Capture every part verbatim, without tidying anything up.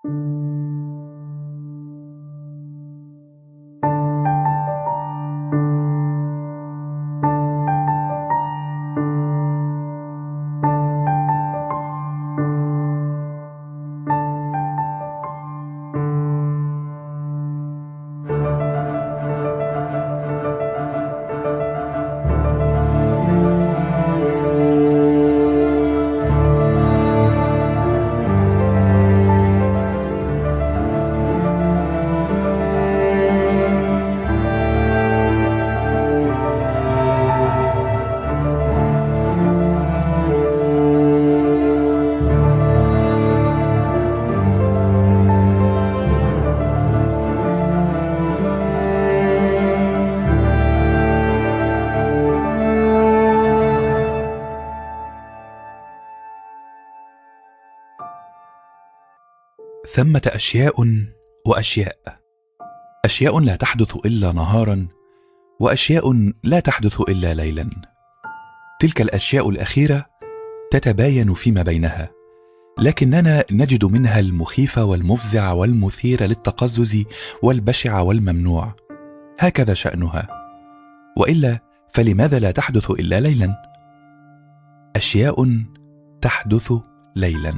ثمة أشياء وأشياء، أشياء لا تحدث إلا نهارا، وأشياء لا تحدث إلا ليلا. تلك الأشياء الأخيرة تتباين فيما بينها، لكننا نجد منها المخيف والمفزع والمثير للتقزز والبشع والممنوع، هكذا شأنها. وإلا فلماذا لا تحدث إلا ليلا؟ أشياء تحدث ليلا.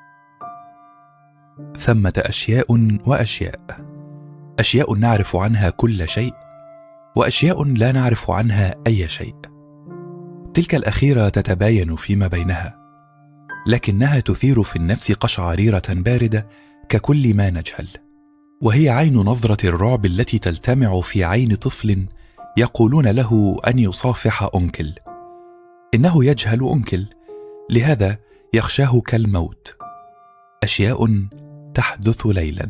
ثمة أشياء وأشياء، أشياء نعرف عنها كل شيء، وأشياء لا نعرف عنها أي شيء. تلك الأخيرة تتباين فيما بينها، لكنها تثير في النفس قشعريرة باردة ككل ما نجهل، وهي عين نظرة الرعب التي تلتمع في عين طفل يقولون له أن يصافح أنكل. إنه يجهل أنكل، لهذا يخشاه كالموت. أشياء تحدث ليلا.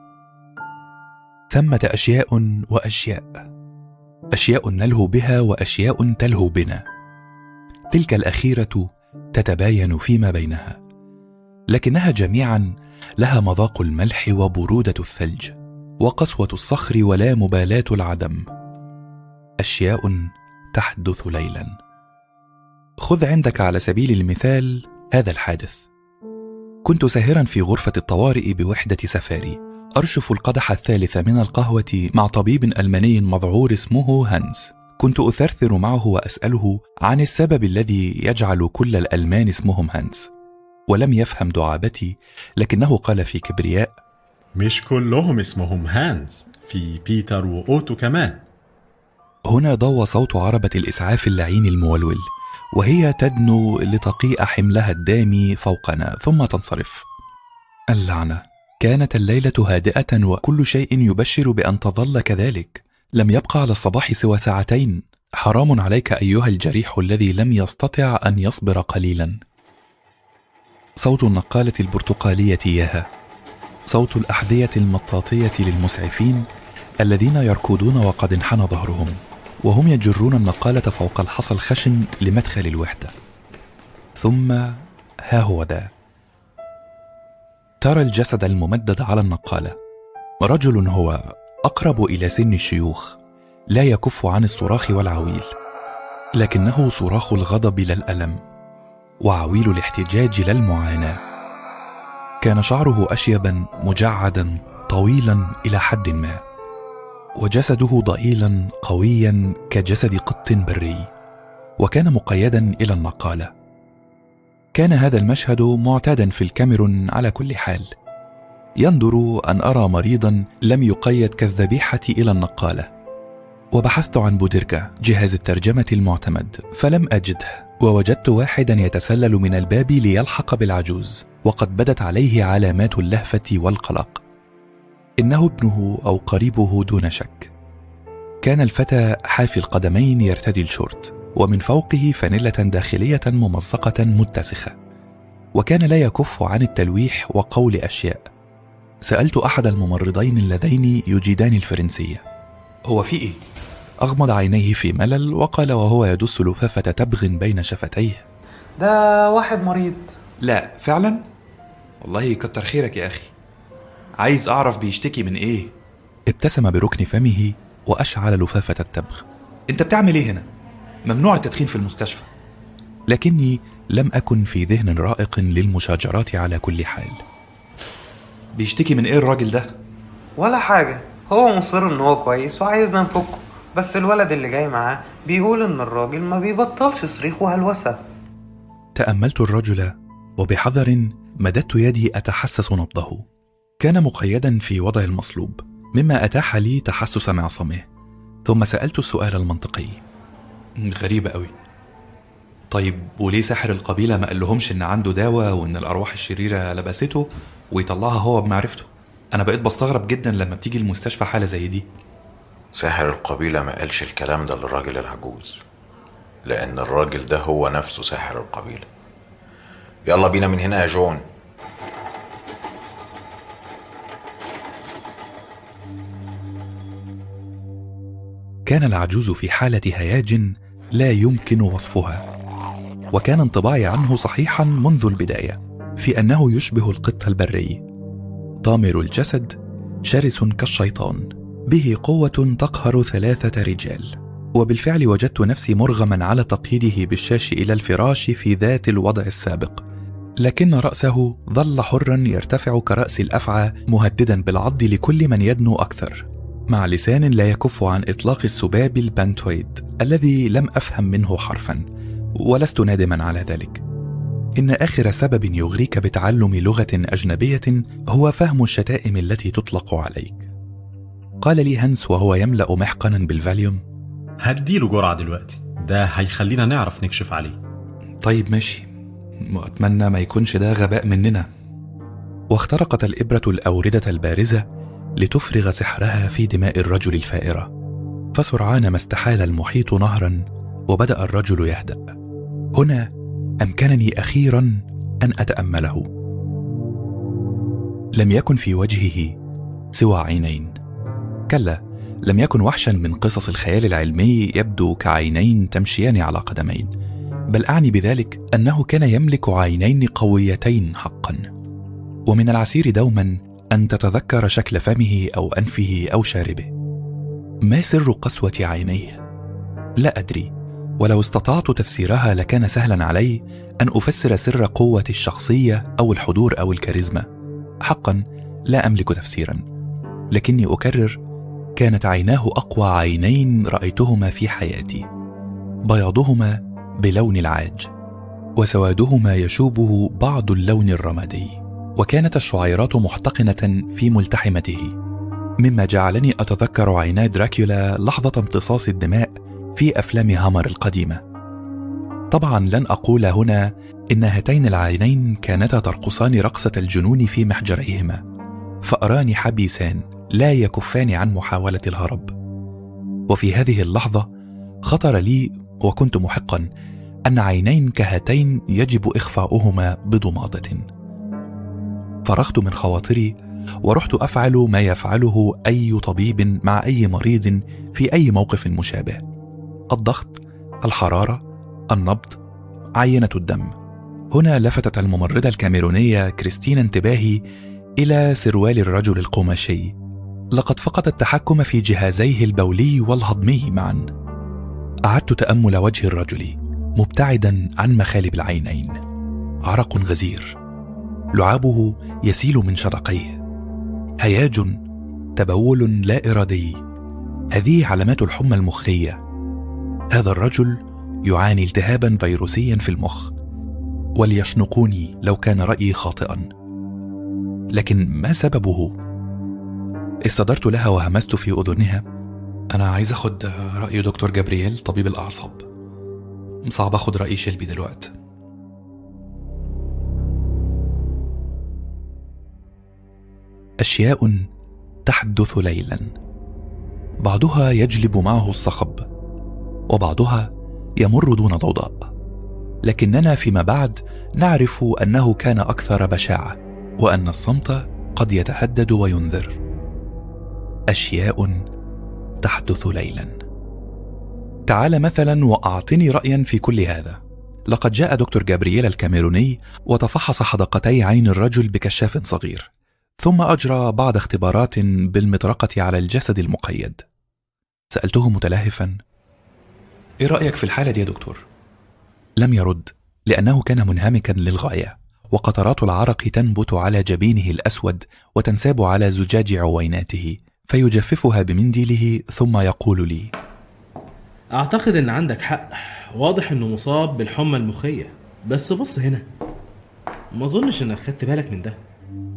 ثمة أشياء وأشياء، أشياء نلهو بها وأشياء تلهو بنا. تلك الأخيرة تتباين فيما بينها، لكنها جميعا لها مذاق الملح وبرودة الثلج وقسوة الصخر ولا مبالاة العدم. أشياء تحدث ليلا. خذ عندك على سبيل المثال هذا الحادث. كنت ساهرا في غرفة الطوارئ بوحدة سفاري، أرشف القدح الثالث من القهوة مع طبيب ألماني مذعور اسمه هانس. كنت أثرثر معه وأسأله عن السبب الذي يجعل كل الألمان اسمهم هانس، ولم يفهم دعابتي، لكنه قال في كبرياء: مش كلهم اسمهم هانس، في بيتر وأوتو كمان. هنا ضوى صوت عربة الإسعاف اللعين المولول، وهي تدنو لتقيء حملها الدامي فوقنا ثم تنصرف. اللعنة، كانت الليلة هادئة وكل شيء يبشر بأن تظل كذلك. لم يبقى على الصباح سوى ساعتين. حرام عليك أيها الجريح الذي لم يستطع أن يصبر قليلا. صوت النقالة البرتقالية ياها، صوت الأحذية المطاطية للمسعفين الذين يركضون وقد انحنى ظهرهم، وهم يجرون النقالة فوق الحصى الخشن لمدخل الوحدة. ثم ها هو ذا، ترى الجسد الممدد على النقالة. رجل هو أقرب إلى سن الشيوخ، لا يكف عن الصراخ والعويل، لكنه صراخ الغضب لا الألم، وعويل الاحتجاج لا المعاناة. كان شعره أشيبا مجعدا طويلا إلى حد ما، وجسده ضئيلا قويا كجسد قط بري، وكان مقيدا إلى النقالة. كان هذا المشهد معتادا في الكاميرون على كل حال. يندر أن أرى مريضا لم يقيد كالذبيحة إلى النقالة. وبحثت عن بودرجة جهاز الترجمة المعتمد فلم أجده، ووجدت واحدا يتسلل من الباب ليلحق بالعجوز، وقد بدت عليه علامات اللهفة والقلق. إنه ابنه أو قريبه دون شك. كان الفتى حافي القدمين يرتدي الشورت، ومن فوقه فانيلة داخلية ممزقة متسخة، وكان لا يكف عن التلويح وقول أشياء. سألت أحد الممرضين اللذين يجيدان الفرنسية: هو في إيه؟ أغمض عينيه في ملل وقال وهو يدس لفافة تبغ بين شفتيه: ده واحد مريض. لا فعلا؟ والله كتر خيرك يا أخي، عايز أعرف بيشتكي من إيه؟ ابتسم بركن فمه وأشعل لفافة التبغ. أنت بتعمل إيه هنا؟ ممنوع التدخين في المستشفى. لكني لم أكن في ذهن رائق للمشاجرات على كل حال. بيشتكي من ايه الراجل ده؟ ولا حاجة، هو مصر ان هو كويس وعايزنا نفكه، بس الولد اللي جاي معاه بيقول ان الراجل ما بيبطلش صريخ وهلوسة. تأملت الرجل وبحذر مددت يدي أتحسس نبضه. كان مقيدا في وضع المصلوب، مما أتاح لي تحسس معصمه. ثم سألت السؤال المنطقي: غريبة قوي. طيب وليه ساحر القبيلة ما قالهمش إن عنده دواء وإن الأرواح الشريرة لبسته ويطلعها هو بمعرفته؟ أنا بقيت بستغرب جدا لما بتيجي المستشفى حالة زي دي. ساحر القبيلة ما قالش الكلام ده للراجل العجوز، لأن الراجل ده هو نفسه ساحر القبيلة. يلا بينا من هنا يا جون. كان العجوز في حالة هياج لا يمكن وصفها، وكان انطباعي عنه صحيحا منذ البداية في أنه يشبه القط البري، ضامر الجسد، شرس كالشيطان، به قوة تقهر ثلاثة رجال. وبالفعل وجدت نفسي مرغما على تقييده بالشاش إلى الفراش في ذات الوضع السابق، لكن رأسه ظل حرا يرتفع كرأس الأفعى، مهددا بالعض لكل من يدنو أكثر، مع لسان لا يكف عن إطلاق السباب البانتويد الذي لم أفهم منه حرفا، ولست نادما على ذلك. إن آخر سبب يغريك بتعلم لغة أجنبية هو فهم الشتائم التي تطلق عليك. قال لي هانس وهو يملأ محقنا بالفاليوم: هديله جرعة دلوقتي، ده هيخلينا نعرف نكشف عليه. طيب ماشي، وأتمنى ما يكونش ده غباء مننا. واخترقت الإبرة الأوردة البارزة لتفرغ سحرها في دماء الرجل الفائرة، فسرعان ما استحال المحيط نهرا وبدأ الرجل يهدأ. هنا أمكنني أخيرا أن أتأمله. لم يكن في وجهه سوى عينين. كلا، لم يكن وحشا من قصص الخيال العلمي يبدو كعينين تمشيان على قدمين، بل أعني بذلك أنه كان يملك عينين قويتين حقا. ومن العسير دوما أن تتذكر شكل فمه أو أنفه أو شاربه. ما سر قسوة عينيه؟ لا أدري، ولو استطعت تفسيرها لكان سهلا علي أن أفسر سر قوة الشخصية أو الحضور أو الكاريزما. حقا لا أملك تفسيرا، لكني أكرر، كانت عيناه أقوى عينين رأيتهما في حياتي، بياضهما بلون العاج، وسوادهما يشوبه بعض اللون الرمادي، وكانت الشعيرات محتقنة في ملتحمته، مما جعلني أتذكر عينا دراكولا لحظة امتصاص الدماء في أفلام هامر القديمة. طبعا لن أقول هنا إن هاتين العينين كانتا ترقصان رقصة الجنون في محجريهما، فأراني حبيسان لا يكفان عن محاولة الهرب. وفي هذه اللحظة خطر لي وكنت محقا أن عينين كهاتين يجب إخفاؤهما بضمادة. فرغت من خواطري ورحت أفعل ما يفعله أي طبيب مع أي مريض في أي موقف مشابه: الضغط، الحرارة، النبض، عينة الدم. هنا لفتت الممرضة الكاميرونية كريستينا انتباهي إلى سروال الرجل القماشي، لقد فقد التحكم في جهازيه البولي والهضمي معا. أعدت تأمل وجه الرجل مبتعدا عن مخالب العينين. عرق غزير، لعابه يسيل من شرقيه، هياج، تبول لا إرادي. هذه علامات الحمى المخية. هذا الرجل يعاني التهابا فيروسيا في المخ، وليشنقوني لو كان رأيي خاطئا. لكن ما سببه؟ استدرت لها وهمست في أذنها: أنا عايز أخد رأي دكتور جابرييل طبيب الأعصاب، صعب أخد رأي شيلبي دلوقتي. أشياء تحدث ليلا، بعضها يجلب معه الصخب، وبعضها يمر دون ضوضاء، لكننا فيما بعد نعرف أنه كان أكثر بشاعة، وأن الصمت قد يتهدد وينذر. أشياء تحدث ليلا. تعال مثلا وأعطني رأيا في كل هذا. لقد جاء دكتور جابرييل الكاميروني وتفحص حدقتي عين الرجل بكشاف صغير، ثم أجرى بعض اختبارات بالمطرقة على الجسد المقيد. سألته متلهفا: إيه رأيك في الحالة دي يا دكتور؟ لم يرد، لأنه كان منهمكا للغاية، وقطرات العرق تنبت على جبينه الأسود وتنساب على زجاج عويناته، فيجففها بمنديله ثم يقول لي: أعتقد أن عندك حق، واضح أنه مصاب بالحمى المخية، بس بص هنا، ما أظنش أنك خدت بالك من ده.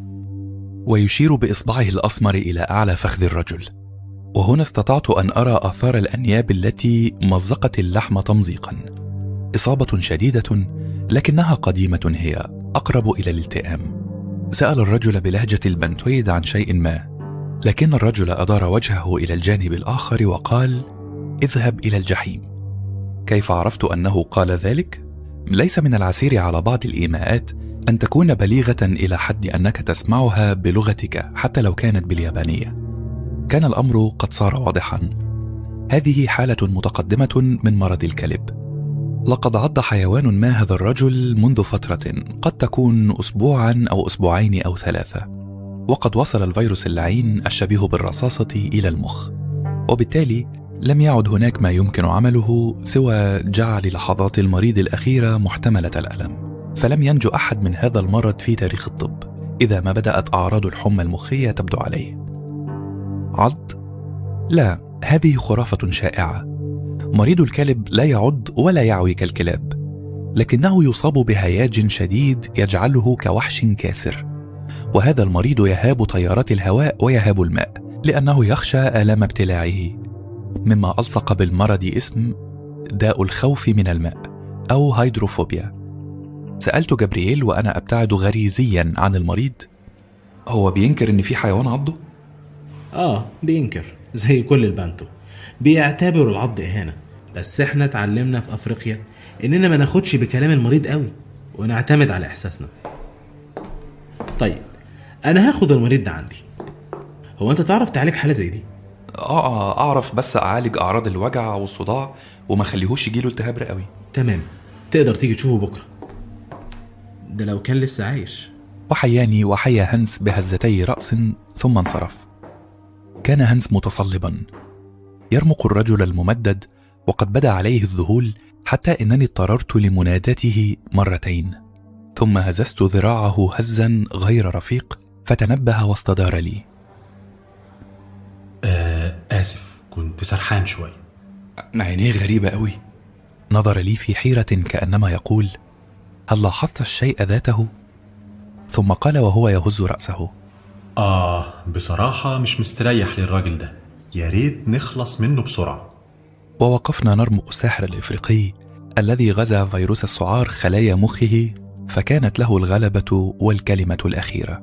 ويشير بإصبعه الأسمر إلى أعلى فخذ الرجل، وهنا استطعت أن أرى آثار الأنياب التي مزقت اللحم تمزيقا. إصابة شديدة لكنها قديمة، هي أقرب إلى الالتئام. سأل الرجل بلهجة البنتويد عن شيء ما، لكن الرجل أدار وجهه إلى الجانب الآخر وقال: اذهب إلى الجحيم. كيف عرفت أنه قال ذلك؟ ليس من العسير على بعض الإيماءات أن تكون بليغة إلى حد أنك تسمعها بلغتك حتى لو كانت باليابانية. كان الأمر قد صار واضحا، هذه حالة متقدمة من مرض الكلب. لقد عض حيوان ما هذا الرجل منذ فترة، قد تكون أسبوعا أو أسبوعين أو ثلاثة، وقد وصل الفيروس اللعين الشبيه بالرصاصة إلى المخ، وبالتالي لم يعد هناك ما يمكن عمله سوى جعل لحظات المريض الأخيرة محتملة الألم. فلم ينجو أحد من هذا المرض في تاريخ الطب إذا ما بدأت أعراض الحمى المخية تبدو عليه. عض؟ لا، هذه خرافة شائعة. مريض الكلب لا يعض ولا يعوي كالكلاب، لكنه يصاب بهياج شديد يجعله كوحش كاسر، وهذا المريض يهاب تيارات الهواء ويهاب الماء لأنه يخشى آلام ابتلاعه، مما ألصق بالمرض اسم داء الخوف من الماء أو هيدروفوبيا. سألت جبريل وأنا أبتعد غريزيا عن المريض: هو بينكر إن في حيوان عضه؟ آه بينكر زي كل البانتو، بيعتبروا العض إهانة، بس إحنا اتعلمنا في أفريقيا إننا ما ناخدش بكلام المريض قوي ونعتمد على إحساسنا. طيب أنا هاخد المريض ده عندي. هو أنت تعرف تعالج حالة زي دي؟ آه أعرف، بس أعالج أعراض الوجع والصداع وما خليهوش يجيله التهاب رئوي. تمام، تقدر تيجي تشوفه بكرة، ده لو كان لسه عايش. وحياني وحيا هنس بهزتي رأس ثم انصرف. كان هنس متصلبا يرمق الرجل الممدد، وقد بدا عليه الذهول حتى إنني اضطررت لمنادته مرتين، ثم هززت ذراعه هزا غير رفيق فتنبه واستدار لي. آه آسف، كنت سرحان شوي. عينيه غريبة قوي. نظر لي في حيرة كأنما يقول: هل لاحظت الشيء ذاته؟ ثم قال وهو يهز رأسه: آه بصراحة مش مستريح للراجل ده، يا ريت نخلص منه بسرعة. ووقفنا نرمق الساحر الإفريقي الذي غزا فيروس السعار خلايا مخه، فكانت له الغلبة والكلمة الأخيرة.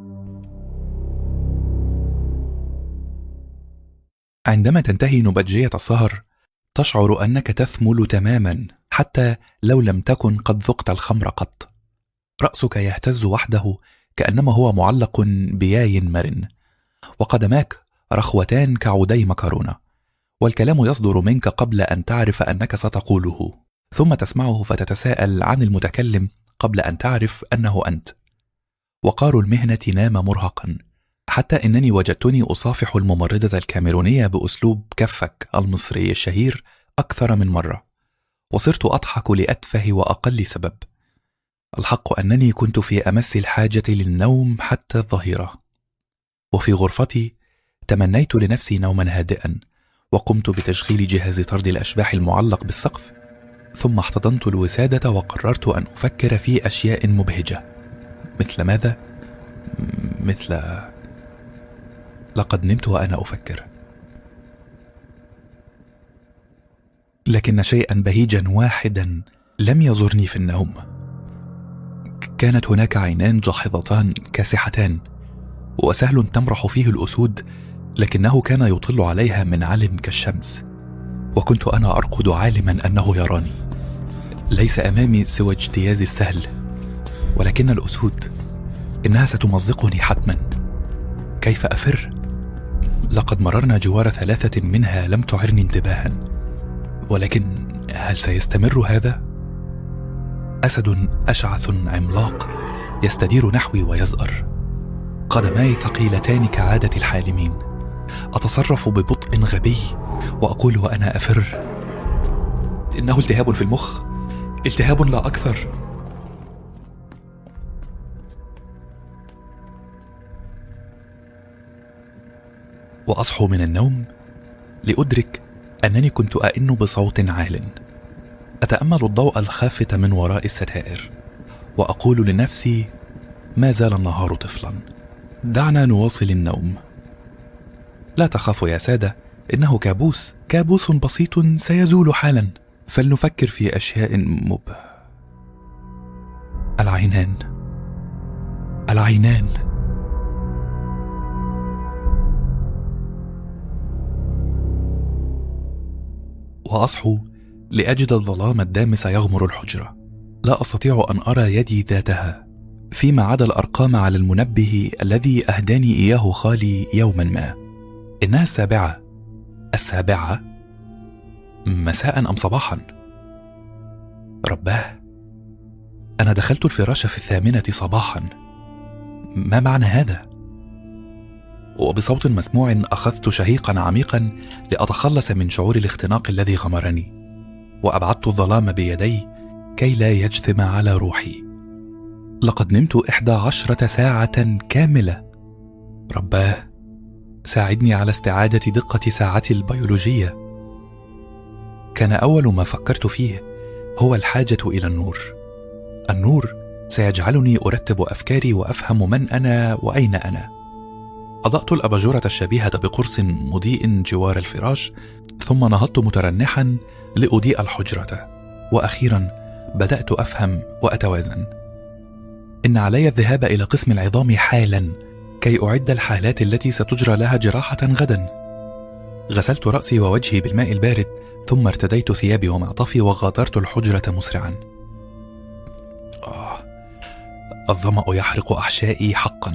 عندما تنتهي نبجية السهر تشعر أنك تثمل تماما حتى لو لم تكن قد ذقت الخمر قط. رأسك يهتز وحده كأنما هو معلق بياي مرن، وقدماك رخوتان كعودي مكرونة، والكلام يصدر منك قبل أن تعرف أنك ستقوله، ثم تسمعه فتتساءل عن المتكلم قبل أن تعرف أنه أنت. وقار المهنة نام مرهقا، حتى إنني وجدتني أصافح الممرضة الكاميرونية بأسلوب كفك المصري الشهير أكثر من مرة، وصرت أضحك لأتفه وأقل سبب. الحق أنني كنت في أمس الحاجة للنوم حتى الظهيرة. وفي غرفتي تمنيت لنفسي نوما هادئا، وقمت بتشغيل جهاز طرد الأشباح المعلق بالسقف، ثم احتضنت الوسادة وقررت أن أفكر في أشياء مبهجة. مثل ماذا؟ مثل لقد نمت وأنا أفكر. لكن شيئا بهيجا واحدا لم يزرني في النوم. كانت هناك عينان جاحظتان كاسحتان، وسهل تمرح فيه الأسود، لكنه كان يطل عليها من عال كالشمس، وكنت أنا أرقد عالما أنه يراني. ليس أمامي سوى اجتياز السهل، ولكن الأسود إنها ستمزقني حتما. كيف أفر؟ لقد مررنا جوار ثلاثة منها لم تعرني انتباها، ولكن هل سيستمر هذا؟ أسد أشعث عملاق يستدير نحوي ويزأر، قدماي ثقيلتان كعادة الحالمين. أتصرف ببطء غبي وأقول وأنا أفر: إنه التهاب في المخ، التهاب لا أكثر. وأصحو من النوم لأدرك أنني كنت أئن بصوت عال، أتأمل الضوء الخافت من وراء الستائر وأقول لنفسي: ما زال النهار طفلا، دعنا نواصل النوم. لا تخافوا يا سادة، إنه كابوس كابوس بسيط سيزول حالا، فلنفكر في أشياء مب العينان العينان وأصحو لأجد الظلام الدامس يغمر الحجرة. لا أستطيع أن أرى يدي ذاتها فيما عدا الأرقام على المنبه الذي أهداني إياه خالي يوما ما. إنها السابعة السابعة مساء أم صباحا؟ رباه، أنا دخلت الفراش في الثامنة صباحا، ما معنى هذا؟ وبصوت مسموع أخذت شهيقا عميقا لأتخلص من شعور الاختناق الذي غمرني، وأبعدت الظلام بيدي كي لا يجثم على روحي. لقد نمت إحدى عشرة ساعة كاملة. رباه، ساعدني على استعادة دقة ساعتي البيولوجية. كان أول ما فكرت فيه هو الحاجة إلى النور. النور سيجعلني أرتب أفكاري وأفهم من أنا وأين أنا. أضأت الأباجورة الشبيهة بقرص مضيء جوار الفراش، ثم نهضت مترنحا لأضيء الحجرة، وأخيرا بدأت أفهم وأتوازن. إن علي الذهاب إلى قسم العظام حالا كي أعد الحالات التي ستجرى لها جراحة غدا. غسلت رأسي ووجهي بالماء البارد، ثم ارتديت ثيابي ومعطفي وغادرت الحجرة مسرعا. آه، الظمأ يحرق أحشائي حقا.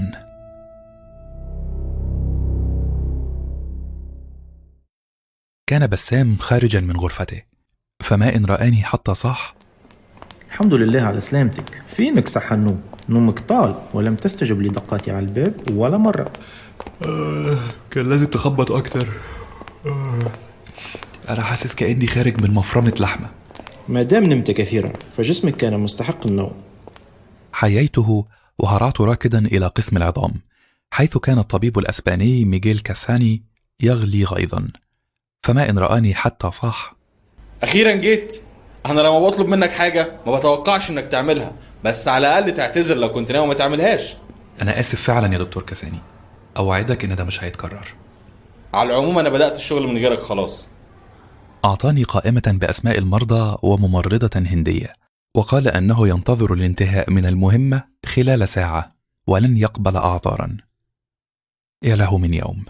كان بسام خارجا من غرفته، فما إن رآني حتى صاح: الحمد لله على سلامتك، فينك صح النوم؟ نومك طال ولم تستجب لدقاتي على الباب ولا مرة. آه، كان لازم تخبط أكتر. آه، أنا حاسس كأني خارج من مفرمة لحمة. ما دام نمت كثيرا فجسمك كان مستحق النوم. حييته وهرعت راكدا إلى قسم العظام، حيث كان الطبيب الأسباني ميغيل كاساني يغلي غيظا. فما إن رآني حتى صاح: أخيرا جيت. أنا لما بطلب منك حاجة ما بتوقعش إنك تعملها، بس على الأقل تعتذر لو كنت ناوي ما تعملهاش. أنا آسف فعلا يا دكتور كاساني، أوعدك إن ده مش هيتكرر. على العموم أنا بدأت الشغل من غيرك خلاص. أعطاني قائمة بأسماء المرضى وممرضة هندية، وقال أنه ينتظر الانتهاء من المهمة خلال ساعة ولن يقبل أعذارا. يا له من يوم.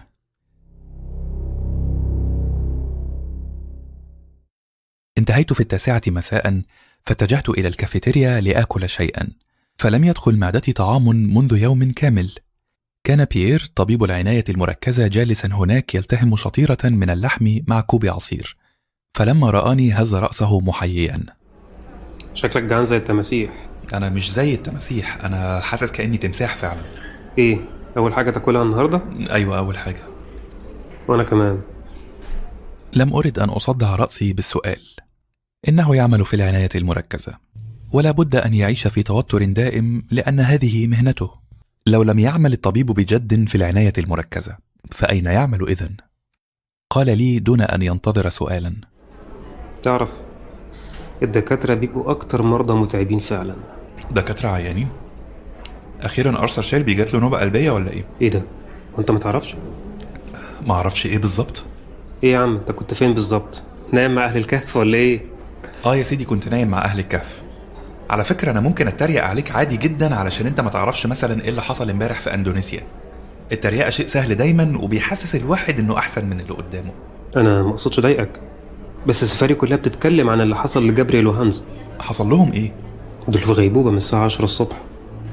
انتهيت في التاسعة مساء، فاتجهت إلى الكافيتيريا لآكل شيئا، فلم يدخل معدتي طعام منذ يوم كامل. كان بيير طبيب العناية المركزة جالسا هناك يلتهم شطيرة من اللحم مع كوب عصير، فلما رآني هز رأسه محييا: شكلك جعان زي التماسيح. أنا مش زي التماسيح، أنا حاسس كأني تمساح فعلا. إيه أول حاجة تاكلها النهاردة؟ أيوة أول حاجة. وأنا كمان. لم أرد أن أصدع رأسي بالسؤال. إنه يعمل في العناية المركزة، ولا بد أن يعيش في توتر دائم لأن هذه مهنته. لو لم يعمل الطبيب بجد في العناية المركزة فأين يعمل إذن؟ قال لي دون أن ينتظر سؤالا: تعرف الدكاترة بيبقوا أكتر مرضى متعبين فعلا. دكاترة عيانين؟ أخيرا أرثر شيلبي جات له نوبة قلبية ولا إيه؟ إيه ده؟ وأنت ما تعرفش؟ ما أعرفش إيه بالظبط؟ إيه يا عم أنت كنت فين بالظبط؟ نايم مع أهل الكهف ولا إيه؟ آه يا سيدي كنت نايم مع أهل الكهف. على فكرة أنا ممكن أتريق عليك عادي جدا علشان أنت ما تعرفش مثلا إيه اللي حصل امبارح في أندونيسيا. التريقة شيء سهل دايما وبيحسس الواحد إنه أحسن من اللي قدامه. أنا ما أقصدش ضايقك، بس السفاري كلها بتتكلم عن اللي حصل لجابرييل وهانز. حصل لهم إيه؟ دول في غيبوبة من الساعة عشرة الصبح.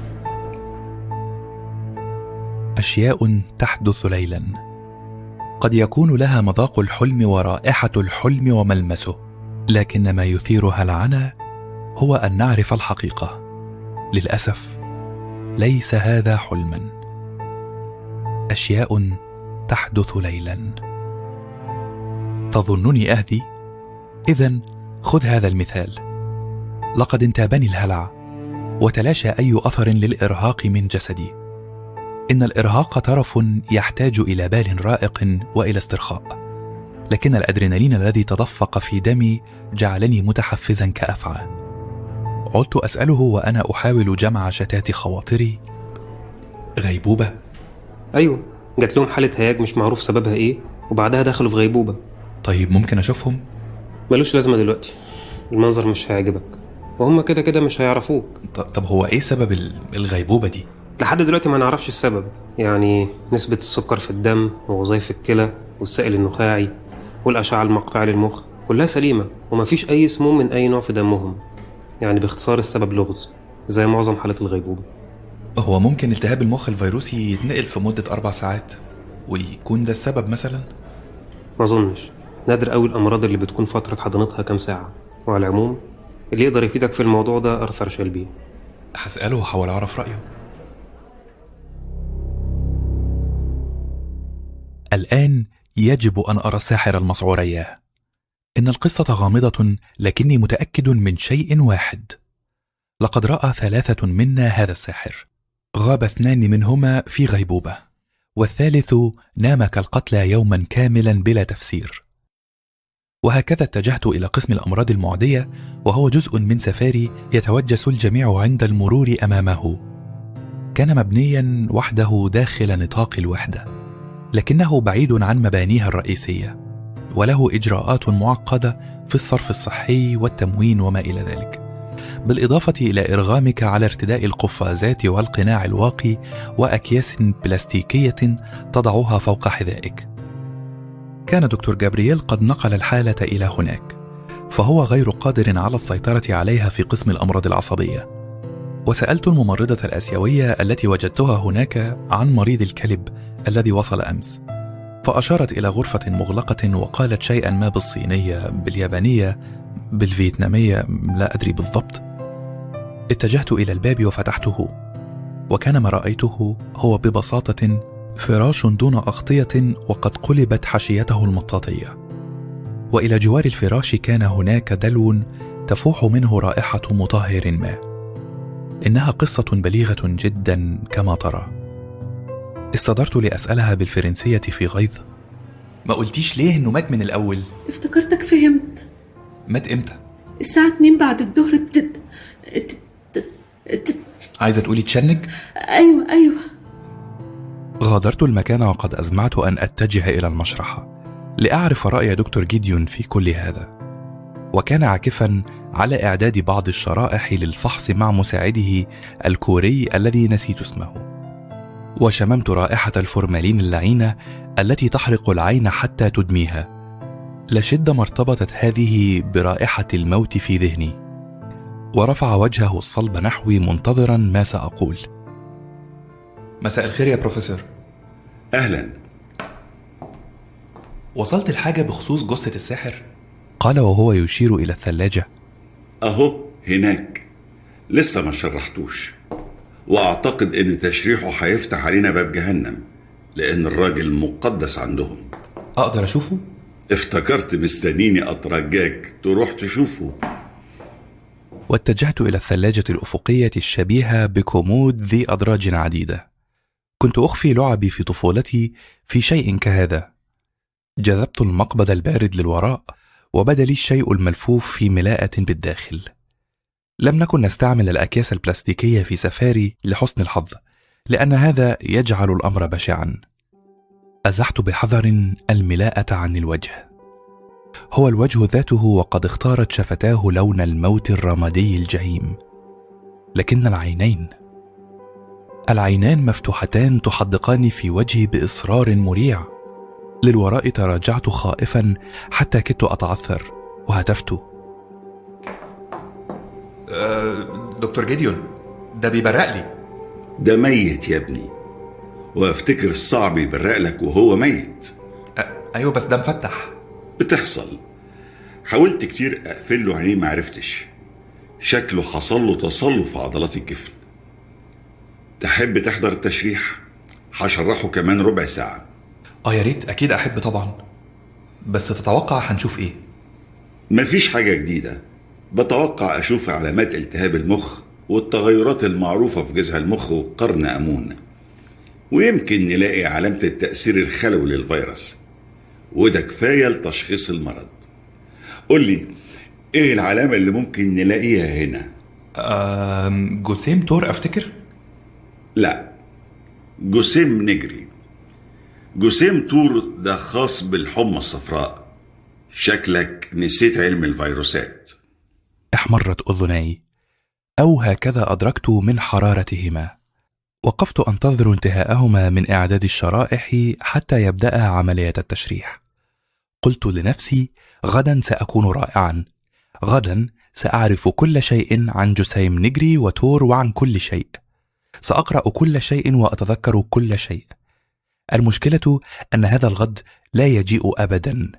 أشياء تحدث ليلا قد يكون لها مذاق الحلم ورائحة الحلم وملمسه، لكن ما يثيرها العنى هو أن نعرف الحقيقة. للأسف ليس هذا حلما. أشياء تحدث ليلا. تظنني أهدي؟ إذن خذ هذا المثال. لقد انتابني الهلع وتلاشى أي أثر للإرهاق من جسدي. إن الإرهاق طرف يحتاج إلى بال رائق وإلى استرخاء، لكن الأدرينالين الذي تدفق في دمي جعلني متحفزا كأفعى. عدت أسأله وأنا أحاول جمع شتات خواطري: غيبوبة؟ أيوة، جات لهم حالة هياج مش معروف سببها إيه، وبعدها دخلوا في غيبوبة. طيب ممكن أشوفهم؟ ملوش لازمة دلوقتي، المنظر مش هيعجبك وهم كده كده مش هيعرفوك. طب هو إيه سبب الغيبوبة دي؟ لحد دلوقتي ما نعرفش السبب، يعني نسبة السكر في الدم ووظائف الكلى والسائل النخاعي والأشعة المقطعية للمخ كلها سليمة، ومفيش أي سموم من أي نوع في دمهم. يعني باختصار السبب لغز زي معظم حالات الغيبوبة. هو ممكن التهاب المخ الفيروسي يتنقل في مدة أربع ساعات ويكون ده السبب مثلا؟ ما أظنش، نادر قوي الأمراض اللي بتكون فترة حضانتها كام ساعة. وعلى العموم اللي يقدر يفيدك في الموضوع ده أرثر شيلبي. هسأله وحاول أعرف رأيه. الآن يجب أن أرى الساحر المسعور إياه. إن القصة غامضة، لكني متأكد من شيء واحد: لقد رأى ثلاثة منا هذا الساحر. غاب اثنان منهما في غيبوبة، والثالث نام كالقتلى يوما كاملا بلا تفسير. وهكذا اتجهت إلى قسم الأمراض المعدية، وهو جزء من سفاري يتوجس الجميع عند المرور أمامه. كان مبنيا وحده داخل نطاق الوحدة، لكنه بعيد عن مبانيها الرئيسية، وله إجراءات معقدة في الصرف الصحي والتموين وما إلى ذلك، بالإضافة إلى إرغامك على ارتداء القفازات والقناع الواقي وأكياس بلاستيكية تضعها فوق حذائك. كان دكتور جابرييل قد نقل الحالة إلى هناك، فهو غير قادر على السيطرة عليها في قسم الأمراض العصبية. وسألت الممرضة الآسيوية التي وجدتها هناك عن مريض الكلب الذي وصل أمس، فأشارت إلى غرفة مغلقة وقالت شيئا ما بالصينية، باليابانية، بالفيتنامية، لا أدري بالضبط. اتجهت إلى الباب وفتحته، وكان ما رأيته هو ببساطة فراش دون أغطية وقد قلبت حشيته المطاطية، وإلى جوار الفراش كان هناك دلو تفوح منه رائحة مطهر ما. إنها قصة بليغة جدا كما ترى. استدرت لأسألها بالفرنسية في غيظ: ما قلتيش ليه إنه مات من الأول؟ افتكرتك فهمت. مات إمتى؟ الساعة اتنين بعد الظهر. تت... تت... تت... عايزة تقولي تشنج؟ أيوة أيوة. غادرت المكان وقد أزمعت أن أتجه إلى المشرحة لأعرف رأي دكتور جيديون في كل هذا، وكان عاكفا على إعداد بعض الشرائح للفحص مع مساعده الكوري الذي نسيت اسمه. وشممت رائحة الفورمالين اللعينة التي تحرق العين حتى تدميها. لشد ما ارتبطت هذه برائحة الموت في ذهني. ورفع وجهه الصلب نحوي منتظرا ما سأقول. مساء الخير يا بروفيسور. أهلا. وصلت الحاجة بخصوص جثة الساحر؟ قال وهو يشير إلى الثلاجة. أهو هناك، لسه ما شرحتوش، وأعتقد إن تشريحه هيفتح علينا باب جهنم، لأن الراجل مقدس عندهم. أقدر أشوفه؟ افتكرت مستنيني أترجاك تروح تشوفه. واتجهت إلى الثلاجة الأفقية الشبيهة بكومود ذي أدراج عديدة. كنت أخفي لعبي في طفولتي في شيء كهذا. جذبت المقبض البارد للوراء، وبدا لي الشيء الملفوف في ملاءة بالداخل. لم نكن نستعمل الأكياس البلاستيكية في سفاري لحسن الحظ، لأن هذا يجعل الأمر بشعا. أزحت بحذر الملاءة عن الوجه. هو الوجه ذاته، وقد اختارت شفتاه لون الموت الرمادي الجحيم. لكن العينين العينان مفتوحتان تحدقان في وجهي بإصرار مريع. للوراء تراجعت خائفا حتى كدت أتعثر، وهتفت: أه دكتور جيديون، ده بيبرق لي. ده ميت يا ابني، وافتكر الصعب يبرق لك وهو ميت. أه أيوه، بس ده مفتح. بتحصل. حاولت كتير أقفل له عينيه معرفتش، شكله حصل له تصلب في عضلات الجفن. تحب تحضر التشريح؟ هشرحه كمان ربع ساعة. اه يا ريت، اكيد احب طبعا. بس تتوقع هنشوف ايه؟ مفيش حاجة جديدة. بتوقع اشوف علامات التهاب المخ والتغيرات المعروفة في جذع المخ وقرن امون. ويمكن نلاقي علامة التأثير الخلوي للفيروس، وده كفاية لتشخيص المرض. قول لي ايه العلامة اللي ممكن نلاقيها هنا؟ جسيم تور افتكر؟ لا، جسيم نجري. جسيم تور ده خاص بالحمى الصفراء. شكلك نسيت علم الفيروسات. احمرت أذني، أو هكذا أدركت من حرارتهما. وقفت أنتظر انتهاءهما من إعداد الشرائح حتى يبدأ عملية التشريح. قلت لنفسي غدا سأكون رائعا، غدا سأعرف كل شيء عن جسيم نجري وتور وعن كل شيء، سأقرأ كل شيء وأتذكر كل شيء. المشكلة أن هذا الغد لا يجيء أبدا.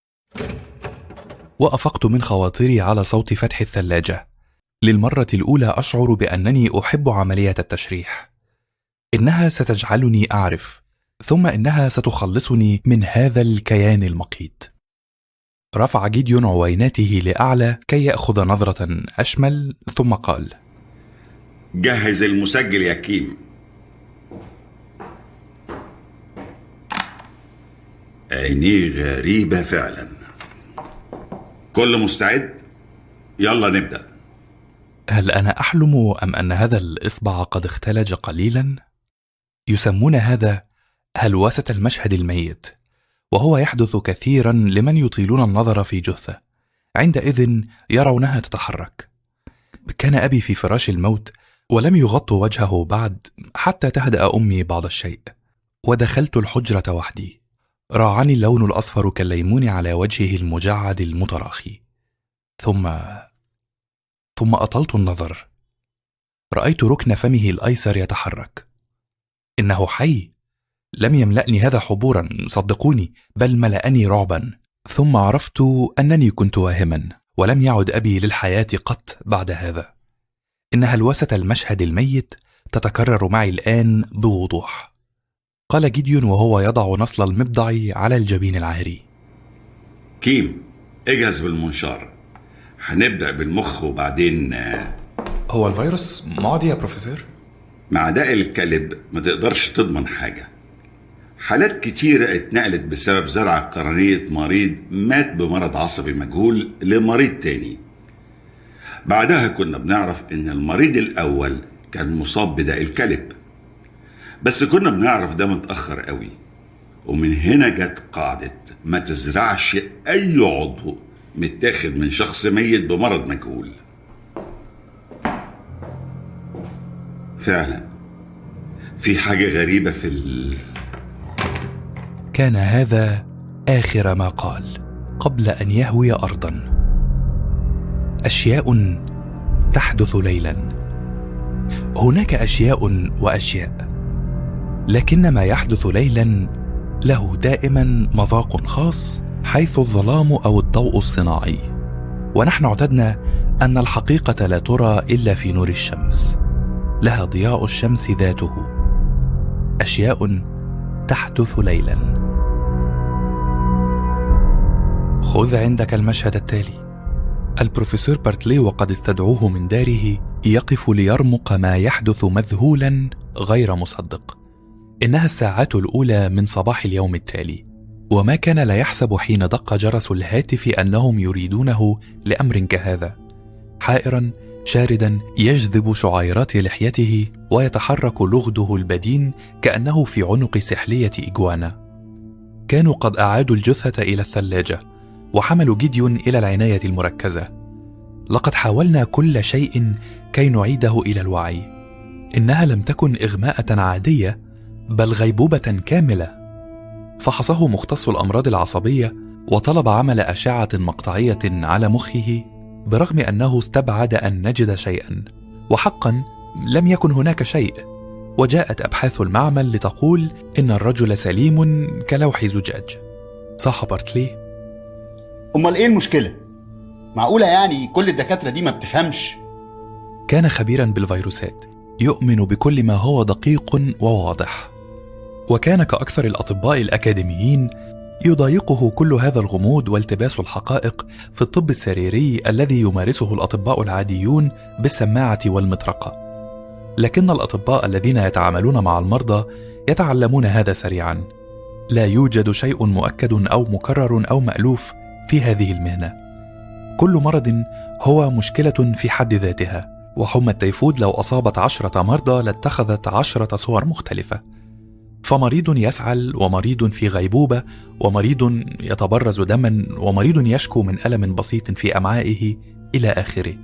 وأفقت من خواطري على صوت فتح الثلاجة. للمرة الأولى أشعر بأنني أحب عملية التشريح. إنها ستجعلني أعرف، ثم إنها ستخلصني من هذا الكيان المقيت. رفع جيديون عويناته لأعلى كي يأخذ نظرة أشمل، ثم قال: جهز المسجل يا كيم. عينيه غريبة فعلا. كل مستعد؟ يلا نبدأ. هل أنا أحلم أم أن هذا الإصبع قد اختلج قليلا؟ يسمون هذا هلوسة المشهد الميت، وهو يحدث كثيرا لمن يطيلون النظر في جثة، عندئذ يرونها تتحرك. كان أبي في فراش الموت ولم يغطوا وجهه بعد حتى تهدأ أمي بعض الشيء، ودخلت الحجرة وحدي. راعني اللون الأصفر كالليمون على وجهه المجعد المتراخي. ثم ثم أطلت النظر. رأيت ركن فمه الأيسر يتحرك. إنه حي. لم يملأني هذا حبورا، صدقوني، بل ملأني رعبا. ثم عرفت أنني كنت واهما، ولم يعد أبي للحياة قط بعد هذا. إن هلوسة المشهد الميت تتكرر معي الآن بوضوح. قال جيديون وهو يضع نصل المبضع على الجبين العاري: كيم، اجهز بالمنشار. هنبدأ بالمخ وبعدين. هو الفيروس معدي يا بروفيسور؟ مع داء الكلب ما تقدرش تضمن حاجة. حالات كتيرة اتنقلت بسبب زرع قرنية مريض مات بمرض عصبي مجهول لمريض تاني. بعدها كنا بنعرف ان المريض الأول كان مصاب بداء الكلب، بس كنا بنعرف ده متأخر قوي. ومن هنا جت قاعدة ما تزرعش أي عضو متاخد من شخص ميت بمرض مجهول. فعلا في حاجة غريبة في ال... كان هذا آخر ما قال قبل أن يهوي أرضا. أشياء تحدث ليلا. هناك أشياء وأشياء، لكن ما يحدث ليلا له دائما مذاق خاص، حيث الظلام أو الضوء الصناعي، ونحن اعتدنا أن الحقيقة لا ترى إلا في نور الشمس، لها ضياء الشمس ذاته. أشياء تحدث ليلا. خذ عندك المشهد التالي. البروفيسور بارتلي وقد استدعوه من داره يقف ليرمق ما يحدث مذهولا غير مصدق. إنها الساعات الأولى من صباح اليوم التالي، وما كان لا يحسب حين دق جرس الهاتف أنهم يريدونه لأمر كهذا. حائرا شاردا يجذب شعيرات لحيته ويتحرك لغده البدين كأنه في عنق سحلية إجوانا. كانوا قد أعادوا الجثة إلى الثلاجة وحملوا جيديون إلى العناية المركزة. لقد حاولنا كل شيء كي نعيده إلى الوعي. إنها لم تكن إغماءة عادية، بل غيبوبة كاملة. فحصه مختص الأمراض العصبية وطلب عمل أشعة مقطعية على مخه، برغم أنه استبعد أن نجد شيئا، وحقا لم يكن هناك شيء. وجاءت أبحاث المعمل لتقول إن الرجل سليم كلوح زجاج. صاح بارتلي: أمال إيه المشكلة؟ معقولة يعني كل الدكاترة دي ما بتفهمش؟ كان خبيرا بالفيروسات، يؤمن بكل ما هو دقيق وواضح، وكان كأكثر الأطباء الأكاديميين يضايقه كل هذا الغموض والتباس الحقائق في الطب السريري الذي يمارسه الأطباء العاديون بالسماعة والمطرقة. لكن الأطباء الذين يتعاملون مع المرضى يتعلمون هذا سريعا. لا يوجد شيء مؤكد أو مكرر أو مألوف في هذه المهنة. كل مرض هو مشكلة في حد ذاتها، وحمى التيفود لو أصابت عشرة مرضى لاتخذت عشرة صور مختلفة، فمريض يسعل، ومريض في غيبوبة، ومريض يتبرز دما، ومريض يشكو من ألم بسيط في أمعائه إلى آخره.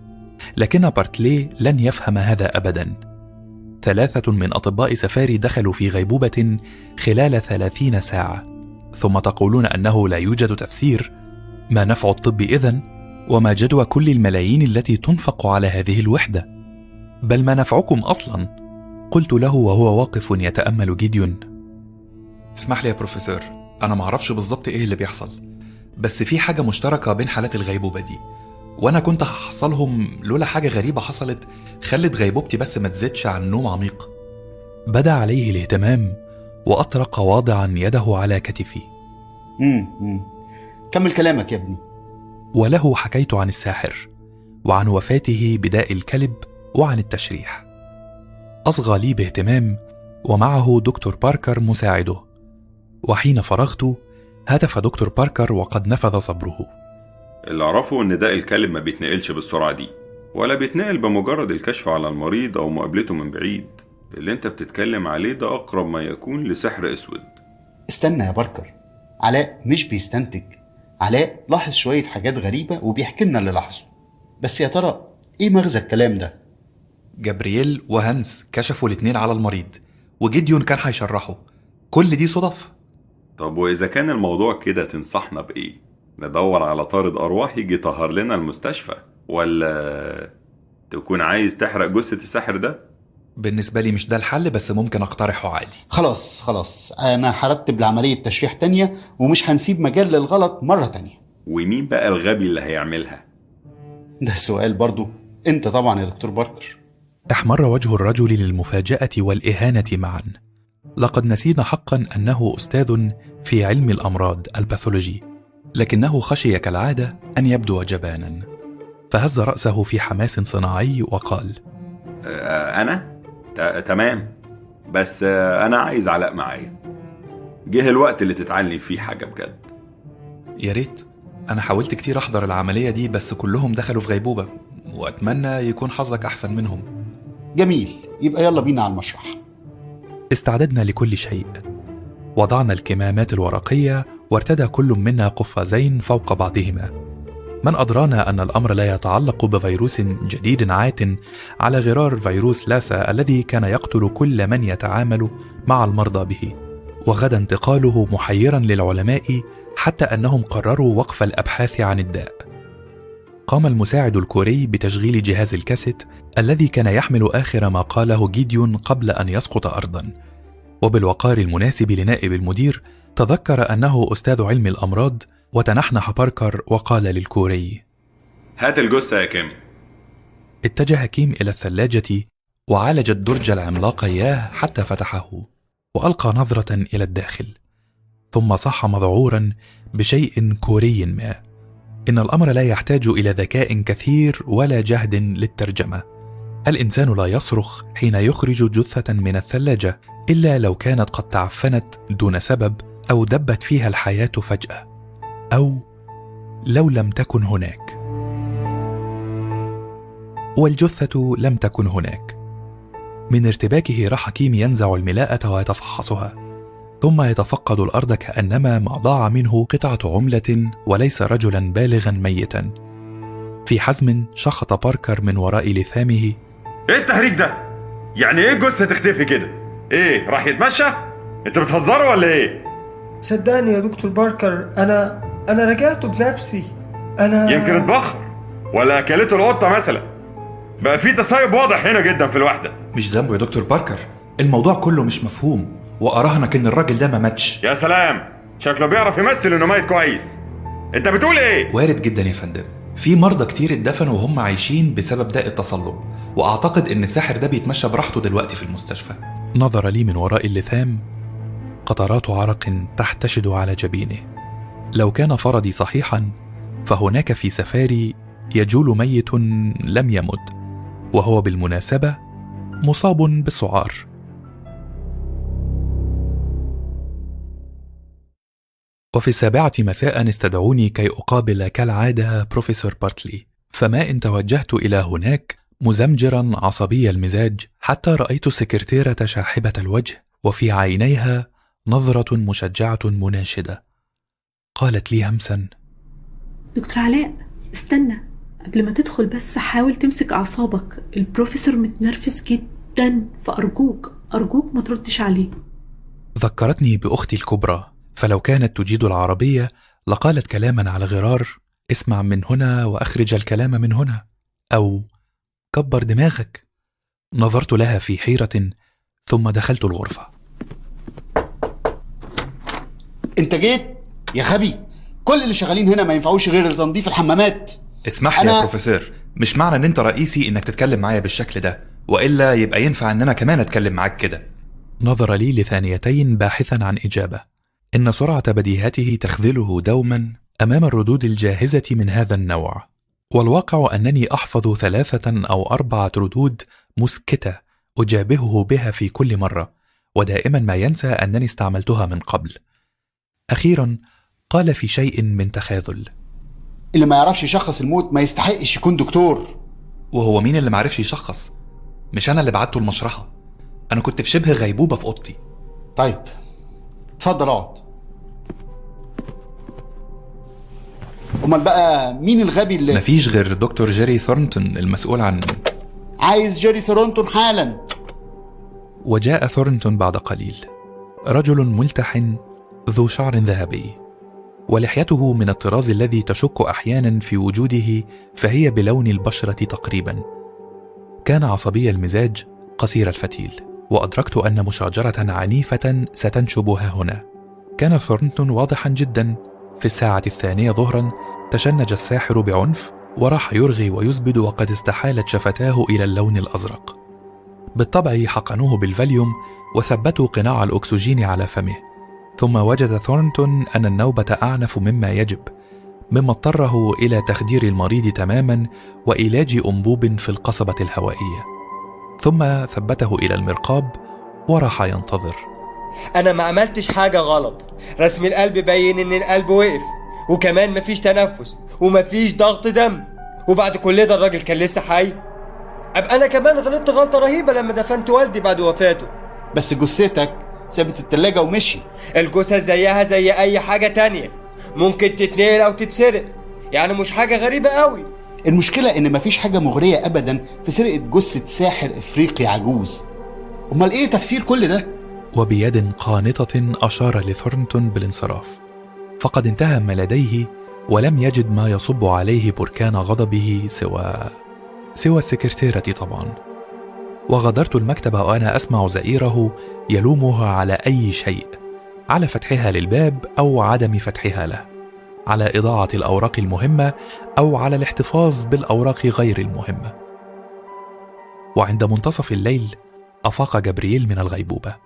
لكن بارتلي لن يفهم هذا أبدا. ثلاثة من أطباء سفاري دخلوا في غيبوبة خلال ثلاثين ساعة، ثم تقولون أنه لا يوجد تفسير. ما نفع الطب إذن؟ وما جدوى كل الملايين التي تنفق على هذه الوحدة؟ بل ما نفعكم أصلا؟ قلت له وهو واقف يتأمل جيديون. اسمح لي يا بروفيسور، أنا معرفش بالضبط إيه اللي بيحصل، بس في حاجة مشتركة بين حالات الغيبوبة دي، وأنا كنت هحصلهم لولا حاجة غريبة حصلت خلت غيبوبتي بس ما تزيدش عن نوم عميق. بدأ عليه الاهتمام وأطرق واضعا يده على كتفي. امم كمل كلامك يا ابني. وله حكيت عن الساحر، وعن وفاته بداء الكلب، وعن التشريح. أصغى لي باهتمام، ومعه دكتور باركر مساعده. وحين فرغت هتف دكتور باركر وقد نفذ صبره. اللي أعرفه إن داء الكلب ما بيتنقلش بالسرعة دي، ولا بيتنقل بمجرد الكشف على المريض أو مقابلته من بعيد. اللي انت بتتكلم عليه ده أقرب ما يكون لسحر أسود. استنى يا باركر، علاء مش بيستنتج. علاء لاحظ شوية حاجات غريبة وبيحكي لنا اللي لاحظه. بس يا ترى ايه مغزى الكلام ده؟ جابرييل وهانس كشفوا الاتنين على المريض، وجيديون كان هيشرحه. كل دي صدف؟ طب وإذا كان الموضوع كده تنصحنا بإيه؟ ندور على طارد أرواح يجي يطهر لنا المستشفى، ولا تكون عايز تحرق جثة الساحر ده؟ بالنسبة لي مش ده الحل، بس ممكن أقترحه عادي. خلاص خلاص، أنا هرتب لعملية تشريح تانية، ومش هنسيب مجال للغلط مرة تانية. ومين بقى الغبي اللي هيعملها؟ ده سؤال برضو. انت طبعا يا دكتور باركر. احمر وجه الرجل للمفاجأة والإهانة معا. لقد نسينا حقا أنه أستاذ في علم الأمراض الباثولوجي، لكنه خشي كالعادة أن يبدو جبانا، فهز رأسه في حماس صناعي وقال: أه أنا؟ تمام، بس أنا عايز علاء معايا. جه الوقت اللي تتعلم فيه حاجة بجد. يا ريت. أنا حاولت كتير أحضر العملية دي، بس كلهم دخلوا في غيبوبة، وأتمنى يكون حظك أحسن منهم. جميل، يبقى يلا بينا على المشرح. استعددنا لكل شيء. وضعنا الكمامات الورقية، وارتدى كل منا قفازين فوق بعضهما. من أدرانا أن الأمر لا يتعلق بفيروس جديد عات على غرار فيروس لاسا الذي كان يقتل كل من يتعامل مع المرضى به، وغدا انتقاله محيرا للعلماء حتى أنهم قرروا وقف الأبحاث عن الداء. قام المساعد الكوري بتشغيل جهاز الكاسيت الذي كان يحمل آخر ما قاله جيديون قبل أن يسقط أرضا، وبالوقار المناسب لنائب المدير تذكر أنه أستاذ علم الأمراض، وتنحنح باركر وقال للكوري: هات الجثة يا كيم. اتجه كيم إلى الثلاجة وعالج الدرج العملاق إياه حتى فتحه، وألقى نظرة إلى الداخل، ثم صاح مذعورا بشيء كوري ما: إن الأمر لا يحتاج إلى ذكاء كثير ولا جهد للترجمة. الإنسان لا يصرخ حين يخرج جثة من الثلاجة إلا لو كانت قد تعفنت دون سبب، أو دبت فيها الحياة فجأة، أو لو لم تكن هناك. والجثة لم تكن هناك. من ارتباكه راح كيم ينزع الملاءة ويتفحصها، ثم يتفقد الأرض كأنما ما ضاع منه قطعة عملة وليس رجلا بالغا ميتا. في حزم شخط باركر من وراء لثامه: ايه التهريج ده؟ يعني ايه جثة تختفي كده؟ ايه، راح يتمشى؟ انت بتهزروا ولا ايه؟ صدقني يا دكتور باركر، انا انا رجعته بنفسي. انا يمكن اتبخر، ولا اكلته القطة مثلا. بقى في تصايب واضح هنا جدا في الوحدة. مش ذنبه يا دكتور باركر، الموضوع كله مش مفهوم، وأراهنك إن الراجل ده ما ماتش. يا سلام، شكله بيعرف يمثل إنه ميت كويس. أنت بتقول إيه؟ وارد جدا يا فندم، في مرضى كتير اتدفنوا وهم عايشين بسبب داء التصلب، وأعتقد إن الساحر ده بيتمشى براحته دلوقتي في المستشفى. نظر لي من وراء اللثام، قطرات عرق تحتشد على جبينه. لو كان فرضي صحيحا، فهناك في سفاري يجول ميت لم يمت، وهو بالمناسبة مصاب بالسعار. وفي السابعة مساء استدعوني كي أقابل كالعادة بروفيسور بارتلي، فما إن توجهت إلى هناك مزمجرا عصبي المزاج حتى رأيت السكرتيرة شاحبة الوجه وفي عينيها نظرة مشجعة مناشدة. قالت لي همسا: دكتور علاء استنى، قبل ما تدخل بس حاول تمسك أعصابك، البروفيسور متنرفز جدا، فأرجوك أرجوك ما تردش عليه. ذكرتني بأختي الكبرى، فلو كانت تجيد العربية لقالت كلاما على غرار: اسمع من هنا وأخرج الكلام من هنا، أو كبر دماغك. نظرت لها في حيرة ثم دخلت الغرفة. انت جيت يا خبي، كل اللي شغالين هنا ما ينفعوش غير تنظيف الحمامات. اسمح لي أنا... يا بروفيسور، مش معنى ان انت رئيسي انك تتكلم معايا بالشكل ده، وإلا يبقى ينفع ان انا كمان اتكلم معاك كده. نظر لي لثانيتين باحثا عن إجابة. إن سرعة بديهته تخذله دوما أمام الردود الجاهزة من هذا النوع، والواقع أنني أحفظ ثلاثة أو أربعة ردود مسكتة أجابهه بها في كل مرة، ودائما ما ينسى أنني استعملتها من قبل. أخيرا قال في شيء من تخاذل: اللي ما يعرفش يشخص الموت ما يستحقش يكون دكتور. وهو مين اللي ما عرفش يشخص؟ مش أنا اللي بعته المشرحة، أنا كنت في شبه غيبوبة في أوضتي. طيب اتفضل اقعد. امال بقى مين الغبي اللي مفيش غير دكتور جيري ثورنتون المسؤول عن. عايز جيري ثورنتون حالا. وجاء ثورنتون بعد قليل، رجل ملتحن ذو شعر ذهبي، ولحيته من الطراز الذي تشك أحيانا في وجوده، فهي بلون البشرة تقريبا. كان عصبي المزاج قصير الفتيل، وأدركت أن مشاجرة عنيفة ستنشبها هنا. كان ثورنتون واضحا جدا. في الساعة الثانية ظهرا تشنج الساحر بعنف وراح يرغي ويزبد، وقد استحالت شفتاه إلى اللون الأزرق. بالطبع حقنوه بالفاليوم وثبتوا قناع الأكسجين على فمه، ثم وجد ثورنتون أن النوبة أعنف مما يجب، مما اضطره إلى تخدير المريض تماما وإيلاج أنبوب في القصبة الهوائية، ثم ثبته إلى المرقاب وراح ينتظر. أنا ما عملتش حاجة غلط، رسم القلب باين إن القلب وقف، وكمان مفيش تنفس ومفيش ضغط دم، وبعد كل ده الراجل كان لسه حي. أبقى أنا كمان غلطت غلطة رهيبة لما دفنت والدي بعد وفاته. بس جثتك سابت التلاجة ومشي. الجثة زيها زي أي حاجة تانية، ممكن تتنقل أو تتسرق، يعني مش حاجة غريبة قوي. المشكلة إن مفيش حاجة مغرية أبدا في سرقة جثة ساحر إفريقي عجوز. أمال إيه تفسير كل ده؟ وبيد قانطة أشار لثورنتون بالانصراف، فقد انتهى ما لديه ولم يجد ما يصب عليه بركان غضبه سوى سوى السكرتيرة طبعا. وغادرت المكتب وأنا أسمع زئيره يلومها على أي شيء، على فتحها للباب أو عدم فتحها له، على إضاعة الأوراق المهمة أو على الاحتفاظ بالأوراق غير المهمة. وعند منتصف الليل أفاق جبريل من الغيبوبة.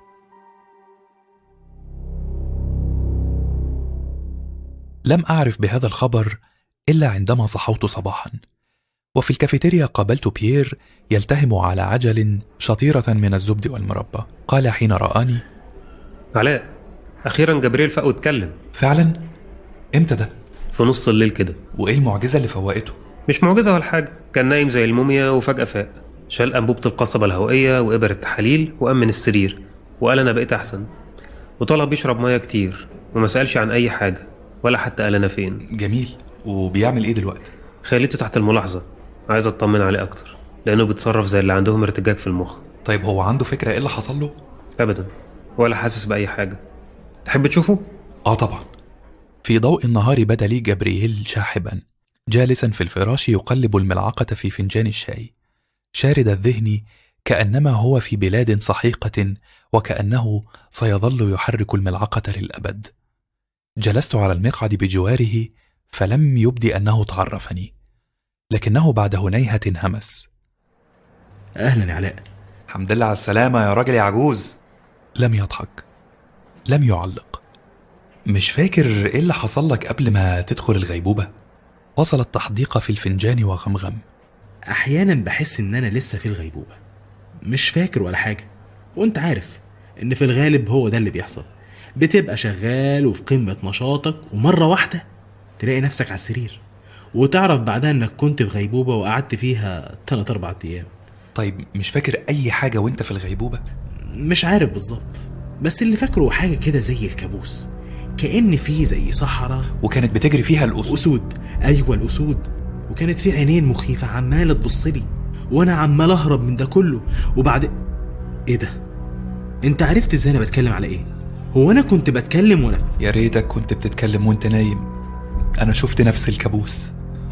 لم أعرف بهذا الخبر إلا عندما صحوت صباحا، وفي الكافيتيريا قابلت بيير يلتهم على عجل شطيرة من الزبد والمربى. قال حين رآني: علاء، أخيرا جبريل فاق واتكلم. فعلا؟ إمتى ده؟ في نص الليل كده. وإيه المعجزة اللي فوقته؟ مش معجزة ولا حاجة، كان نايم زي الموميا وفجأة فاق، شال أنبوبة القصبة الهوائية وإبر التحاليل وأمن السرير وقال أنا بقيت أحسن، وطلب يشرب مياه كتير وما سألش عن أي حاجة ولا حتى قال أنا فين. جميل. وبيعمل إيه دلوقتي؟ خليته تحت الملاحظة، عايز أطمن عليه أكتر لأنه بيتصرف زي اللي عندهم ارتجاج في المخ. طيب هو عنده فكرة إيه اللي حصل له؟ أبدا، ولا حاسس بأي حاجة. تحب تشوفه؟ آه طبعا. في ضوء النهار بدا لي جبريل شاحبا جالسا في الفراش يقلب الملعقة في فنجان الشاي، شارد الذهن كأنما هو في بلاد سحيقة وكأنه سيظل يحرك الملعقة للأبد. جلست على المقعد بجواره فلم يبدي أنه تعرفني، لكنه بعد هنيهة همس: أهلا يا علاء. الحمد لله على السلامة يا راجل يا عجوز. لم يضحك، لم يعلق. مش فاكر إيه اللي حصل لك قبل ما تدخل الغيبوبة؟ وصل التحديق في الفنجان وغمغم: أحيانا بحس إن أنا لسه في الغيبوبة، مش فاكر ولا حاجة. وانت عارف ان في الغالب هو ده اللي بيحصل، بتبقى شغال وفي قمة نشاطك ومرة واحدة تلاقي نفسك على السرير، وتعرف بعدها انك كنت في غيبوبة وقعدت فيها ثلاثة أربعة ايام. طيب مش فاكر اي حاجة وانت في الغيبوبة؟ مش عارف بالظبط، بس اللي فاكره حاجة كده زي الكابوس، كأن فيه زي صحراء وكانت بتجري فيها الأسود. أسود، أيوة الأسود، وكانت في عينين مخيفة عمالة تبصلي، وأنا عمال أهرب من ده كله. وبعد إيه ده؟ أنت عرفت إزاي أنا بتكلم على إيه؟ هو أنا كنت بتكلم ولا؟ يا ريتك كنت بتتكلم وأنت نايم، أنا شفت نفس الكابوس.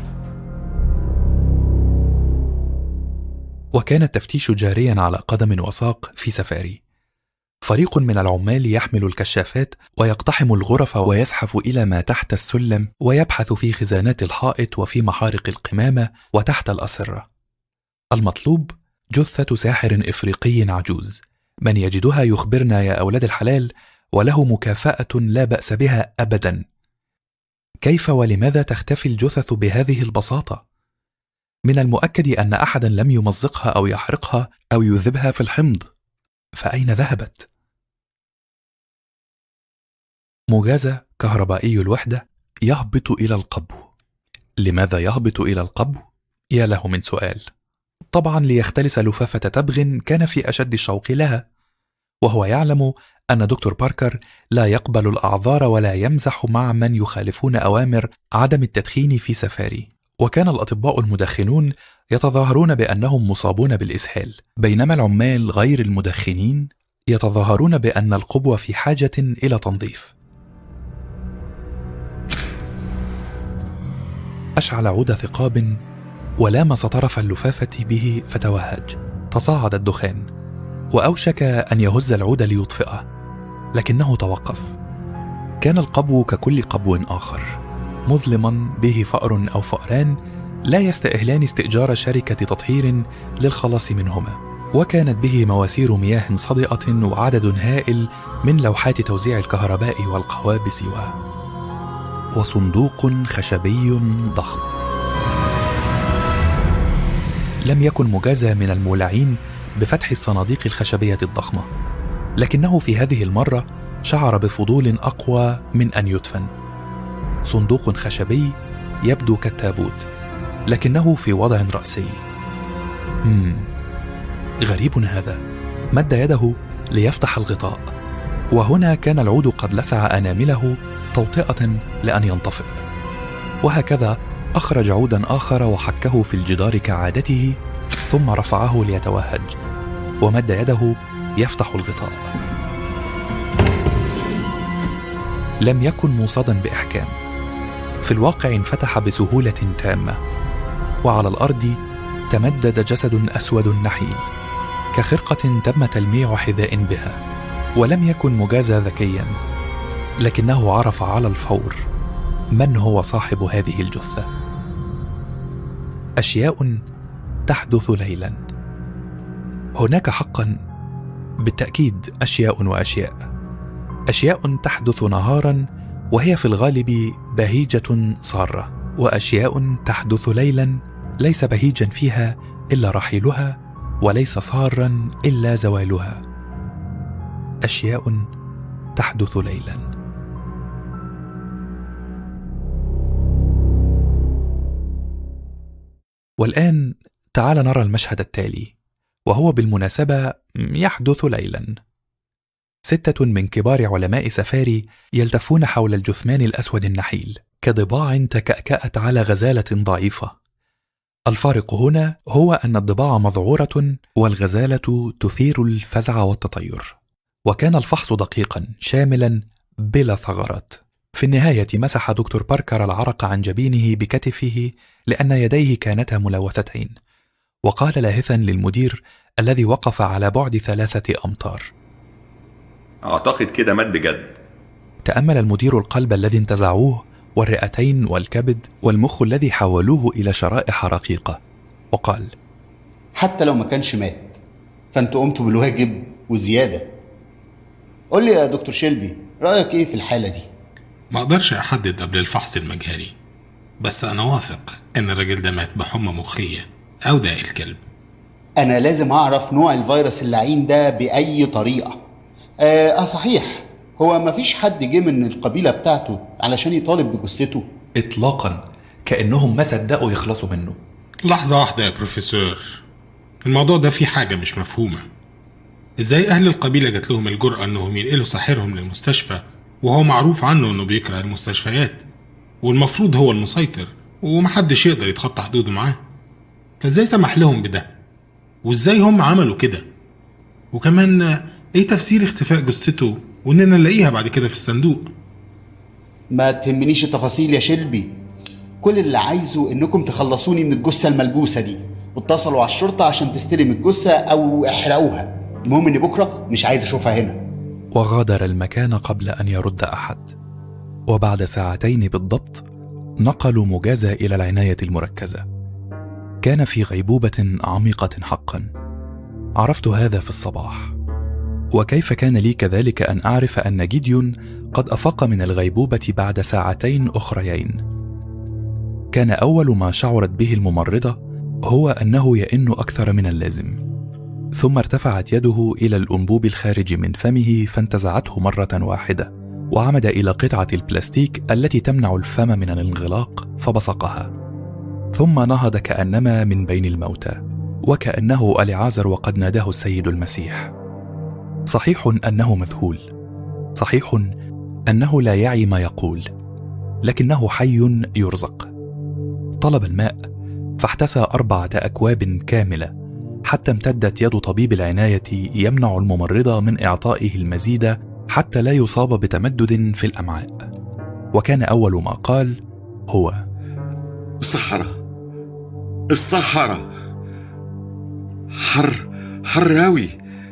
وكان التفتيش جاريا على قدم وساق في سفاري. فريق من العمال يحمل الكشافات ويقتحم الغرف ويزحف إلى ما تحت السلم ويبحث في خزانات الحائط وفي محارق القمامة وتحت الأسرة. المطلوب جثة ساحر إفريقي عجوز، من يجدها يخبرنا يا أولاد الحلال، وله مكافأة لا بأس بها أبدا. كيف ولماذا تختفي الجثث بهذه البساطة؟ من المؤكد أن أحدا لم يمزقها أو يحرقها أو يذبها في الحمض، فأين ذهبت؟ مجازى كهربائي الوحدة يهبط إلى القبو. لماذا يهبط إلى القبو؟ يا له من سؤال. طبعا ليختلس لفافة تبغ كان في أشد الشوق لها، وهو يعلم أن دكتور باركر لا يقبل الأعذار ولا يمزح مع من يخالفون أوامر عدم التدخين في سفاري. وكان الأطباء المدخنون يتظاهرون بأنهم مصابون بالإسهال، بينما العمال غير المدخنين يتظاهرون بأن القبو في حاجة إلى تنظيف. أشعل عود ثقاب ولامس طرف اللفافة به فتوهج. تصاعد الدخان وأوشك أن يهز العود ليطفئه، لكنه توقف. كان القبو ككل قبو آخر، مظلما به فأر أو فأران لا يستأهلان استئجار شركة تطهير للخلاص منهما، وكانت به مواسير مياه صدئة وعدد هائل من لوحات توزيع الكهرباء والقوابس و... وصندوق خشبي ضخم. لم يكن مجازى من المولعين بفتح الصناديق الخشبية الضخمة، لكنه في هذه المرة شعر بفضول أقوى من أن يدفن. صندوق خشبي يبدو كالتابوت، لكنه في وضع رأسي. مم. غريب هذا. مد يده ليفتح الغطاء، وهنا كان العود قد لسع أنامله توطئة لأن ينطفئ. وهكذا أخرج عودا آخر وحكه في الجدار كعادته، ثم رفعه ليتوهج، ومد يده يفتح الغطاء. لم يكن موصدا بإحكام، في الواقع انفتح بسهولة تامة، وعلى الأرض تمدد جسد أسود نحيل كخرقة تم تلميع حذاء بها. ولم يكن مجازى ذكيا، لكنه عرف على الفور من هو صاحب هذه الجثة. أشياء تحدث ليلا. هناك حقا بالتأكيد أشياء وأشياء. أشياء تحدث نهارا وهي في الغالب بهيجة صارة، وأشياء تحدث ليلا ليس بهيجا فيها إلا رحيلها، وليس صارا إلا زوالها. أشياء تحدث ليلا. والآن تعال نرى المشهد التالي، وهو بالمناسبة يحدث ليلا. ستة من كبار علماء سفاري يلتفون حول الجثمان الأسود النحيل كضباع تكأكأت على غزالة ضعيفة. الفارق هنا هو أن الضباع مذعورة والغزالة تثير الفزع والتطير. وكان الفحص دقيقا شاملا بلا ثغرات. في النهاية مسح دكتور باركر العرق عن جبينه بكتفه لأن يديه كانتا ملوثتين، وقال لاهثا للمدير الذي وقف على بعد ثلاثة أمتار: أعتقد كده مات بجد. تأمل المدير القلب الذي انتزعوه والرئتين والكبد والمخ الذي حولوه إلى شرائح رقيقة، وقال: حتى لو ما كانش مات فانتوا قمتوا بالواجب وزيادة. قول لي يا دكتور شيلبي، رأيك ايه في الحالة دي؟ ما اقدرش احدد قبل الفحص المجهري، بس انا واثق ان الراجل ده مات بحمى مخية او داء الكلب. أنا لازم أعرف نوع الفيروس اللعين ده بأي طريقة. آه, آه صحيح، هو مفيش حد جه من القبيلة بتاعته علشان يطالب بجثته؟ إطلاقا، كأنهم ما صدقوا يخلصوا منه. لحظة واحدة يا بروفيسور، الموضوع ده فيه حاجة مش مفهومة. ازاي أهل القبيلة جات لهم الجرأة أنهم ينقلوا ساحرهم للمستشفى وهو معروف عنه أنه بيكره المستشفيات والمفروض هو المسيطر ومحدش يقدر يتخطى حدوده معاه؟ فازاي سمح لهم بده؟ وازاي هم عملوا كده؟ وكمان ايه تفسير اختفاء جثته واننا نلاقيها بعد كده في الصندوق؟ ما تهمنيش التفاصيل يا شلبي، كل اللي عايزه انكم تخلصوني من الجثة الملبوسة دي، واتصلوا على الشرطة عشان تستلم الجثة او احرقوها. المهم ان بكرة مش عايز اشوفها هنا. وغادر المكان قبل ان يرد احد، وبعد ساعتين بالضبط نقلوا مجازة الى العناية المركزة. كان في غيبوبة عميقة حقا. عرفت هذا في الصباح. وكيف كان لي كذلك أن أعرف أن جيديون قد أفاق من الغيبوبة بعد ساعتين أخريين؟ كان أول ما شعرت به الممرضة هو أنه يئن أكثر من اللازم، ثم ارتفعت يده إلى الأنبوب الخارج من فمه فانتزعته مرة واحدة، وعمد إلى قطعة البلاستيك التي تمنع الفم من الانغلاق فبصقها، ثم نهض كأنما من بين الموتى، وكأنه أليعازر وقد ناداه السيد المسيح. صحيح أنه مذهول، صحيح أنه لا يعي ما يقول، لكنه حي يرزق. طلب الماء فاحتسى أربعة أكواب كاملة حتى امتدت يد طبيب العناية يمنع الممرضة من إعطائه المزيد حتى لا يصاب بتمدد في الأمعاء. وكان أول ما قال هو: الصحراء، الصحراء حر حراوي،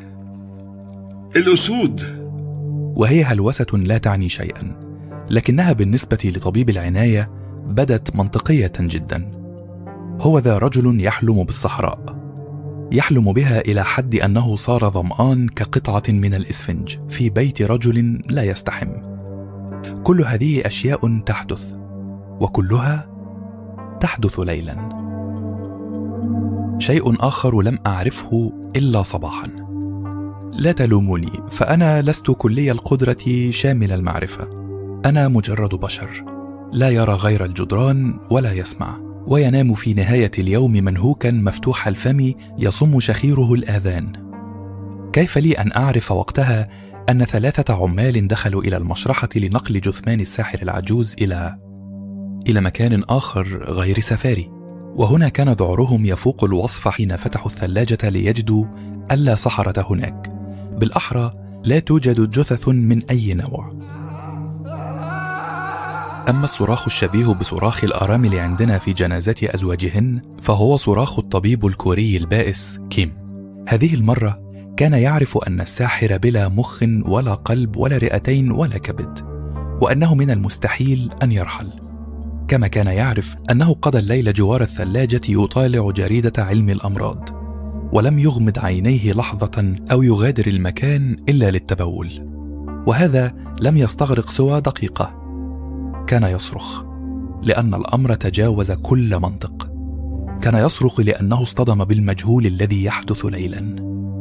الأسود. وهي هلوسة لا تعني شيئا، لكنها بالنسبة لطبيب العناية بدت منطقية جدا. هو ذا رجل يحلم بالصحراء، يحلم بها إلى حد أنه صار ظمآن كقطعة من الإسفنج في بيت رجل لا يستحم. كل هذه أشياء تحدث، وكلها تحدث ليلا. شيء آخر لم أعرفه إلا صباحا. لا تلوموني، فأنا لست كلي القدرة شامل المعرفة. أنا مجرد بشر لا يرى غير الجدران ولا يسمع، وينام في نهاية اليوم منهوكا مفتوح الفم يصم شخيره الآذان. كيف لي أن أعرف وقتها أن ثلاثة عمال دخلوا إلى المشرحة لنقل جثمان الساحر العجوز إلى إلى مكان آخر غير سفاري؟ وهنا كان ذعرهم يفوق الوصف حين فتحوا الثلاجة ليجدوا ألا سحرة هناك، بالأحرى لا توجد جثث من أي نوع. أما الصراخ الشبيه بصراخ الأرامل عندنا في جنازات أزواجهن فهو صراخ الطبيب الكوري البائس كيم. هذه المرة كان يعرف أن الساحر بلا مخ ولا قلب ولا رئتين ولا كبد، وأنه من المستحيل أن يرحل، كما كان يعرف أنه قضى الليل جوار الثلاجة يطالع جريدة علم الأمراض، ولم يغمض عينيه لحظة أو يغادر المكان إلا للتبول، وهذا لم يستغرق سوى دقيقة. كان يصرخ لأن الأمر تجاوز كل منطق. كان يصرخ لأنه اصطدم بالمجهول الذي يحدث ليلا.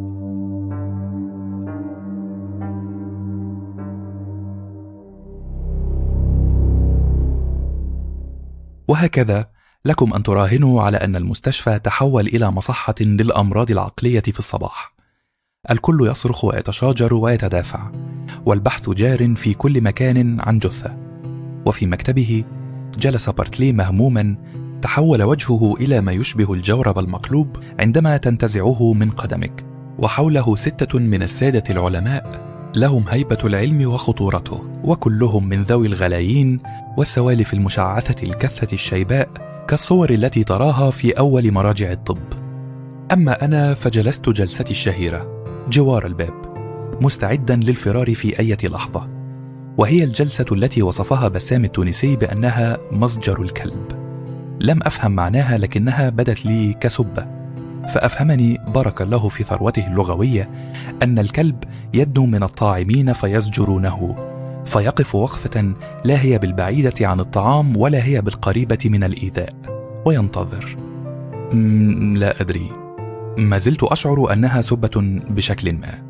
وهكذا لكم أن تراهنوا على أن المستشفى تحول إلى مصحة للأمراض العقلية في الصباح. الكل يصرخ ويتشاجر ويتدافع، والبحث جار في كل مكان عن جثة. وفي مكتبه جلس بارتلي مهموما، تحول وجهه إلى ما يشبه الجورب المقلوب عندما تنتزعه من قدمك، وحوله ستة من السادة العلماء لهم هيبة العلم وخطورته، وكلهم من ذوي الغلايين والسوالف المشعثة الكثة الشيباء كالصور التي تراها في أول مراجع الطب. أما أنا فجلست جلستي الشهيرة جوار الباب، مستعدا للفرار في أي لحظة، وهي الجلسة التي وصفها بسام التونسي بأنها مصجر الكلب. لم أفهم معناها، لكنها بدت لي كسبة، فأفهمني بارك الله في ثروته اللغوية أن الكلب يدنو من الطاعمين فيزجرونه، فيقف وقفة لا هي بالبعيدة عن الطعام ولا هي بالقريبة من الإيذاء، وينتظر. لا أدري، ما زلت أشعر أنها سبة بشكل ما.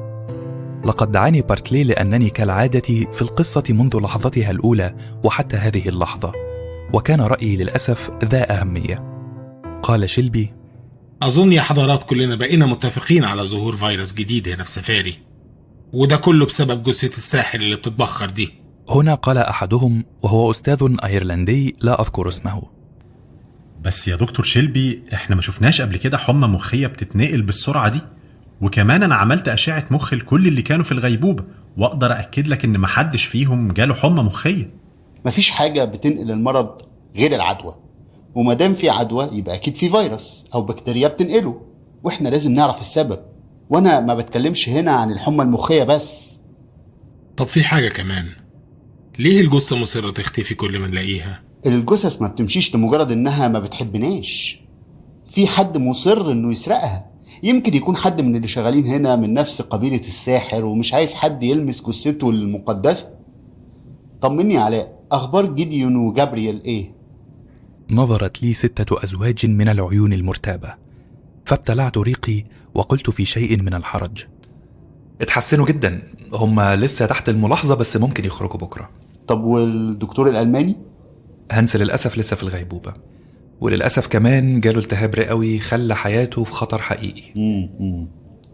لقد دعاني بارتلي لأنني كالعادة في القصة منذ لحظتها الأولى وحتى هذه اللحظة، وكان رأيي للأسف ذا أهمية. قال شيلبي: أظن يا حضرات كلنا بقينا متفقين على ظهور فيروس جديد هنا في سفاري، وده كله بسبب جثة الساحر اللي بتتبخر دي. هنا قال أحدهم وهو أستاذ أيرلندي لا أذكر اسمه: بس يا دكتور شيلبي، احنا ما شفناش قبل كده حمى مخية بتتنقل بالسرعة دي، وكمان انا عملت أشعة مخ لكل اللي كانوا في الغيبوبة، واقدر أكد لك ان محدش فيهم جاله حمى مخية. مفيش حاجة بتنقل المرض غير العدوى، ومادام في عدوى يبقى أكيد في فيروس أو بكتيريا بتنقله، وإحنا لازم نعرف السبب. وأنا ما بتكلمش هنا عن الحمى المخية بس. طب في حاجة كمان، ليه الجثة مصرة تختفي كل ما نلاقيها؟ الجثث ما بتمشيش لمجرد إنها ما بتحبناش، في حد مصر إنه يسرقها. يمكن يكون حد من اللي شغالين هنا من نفس قبيلة الساحر ومش عايز حد يلمس جثته المقدسة. طمني يا علاء، أخبار جيديون وجابرييل إيه؟ نظرت لي ستة أزواج من العيون المرتابة، فابتلعت ريقي وقلت في شيء من الحرج: اتحسنوا جدا، هم لسه تحت الملاحظة بس ممكن يخرجوا بكرة. طب والدكتور الألماني؟ هانس للأسف لسه في الغيبوبة، وللأسف كمان جاله التهاب رئوي خلى حياته في خطر حقيقي. مم.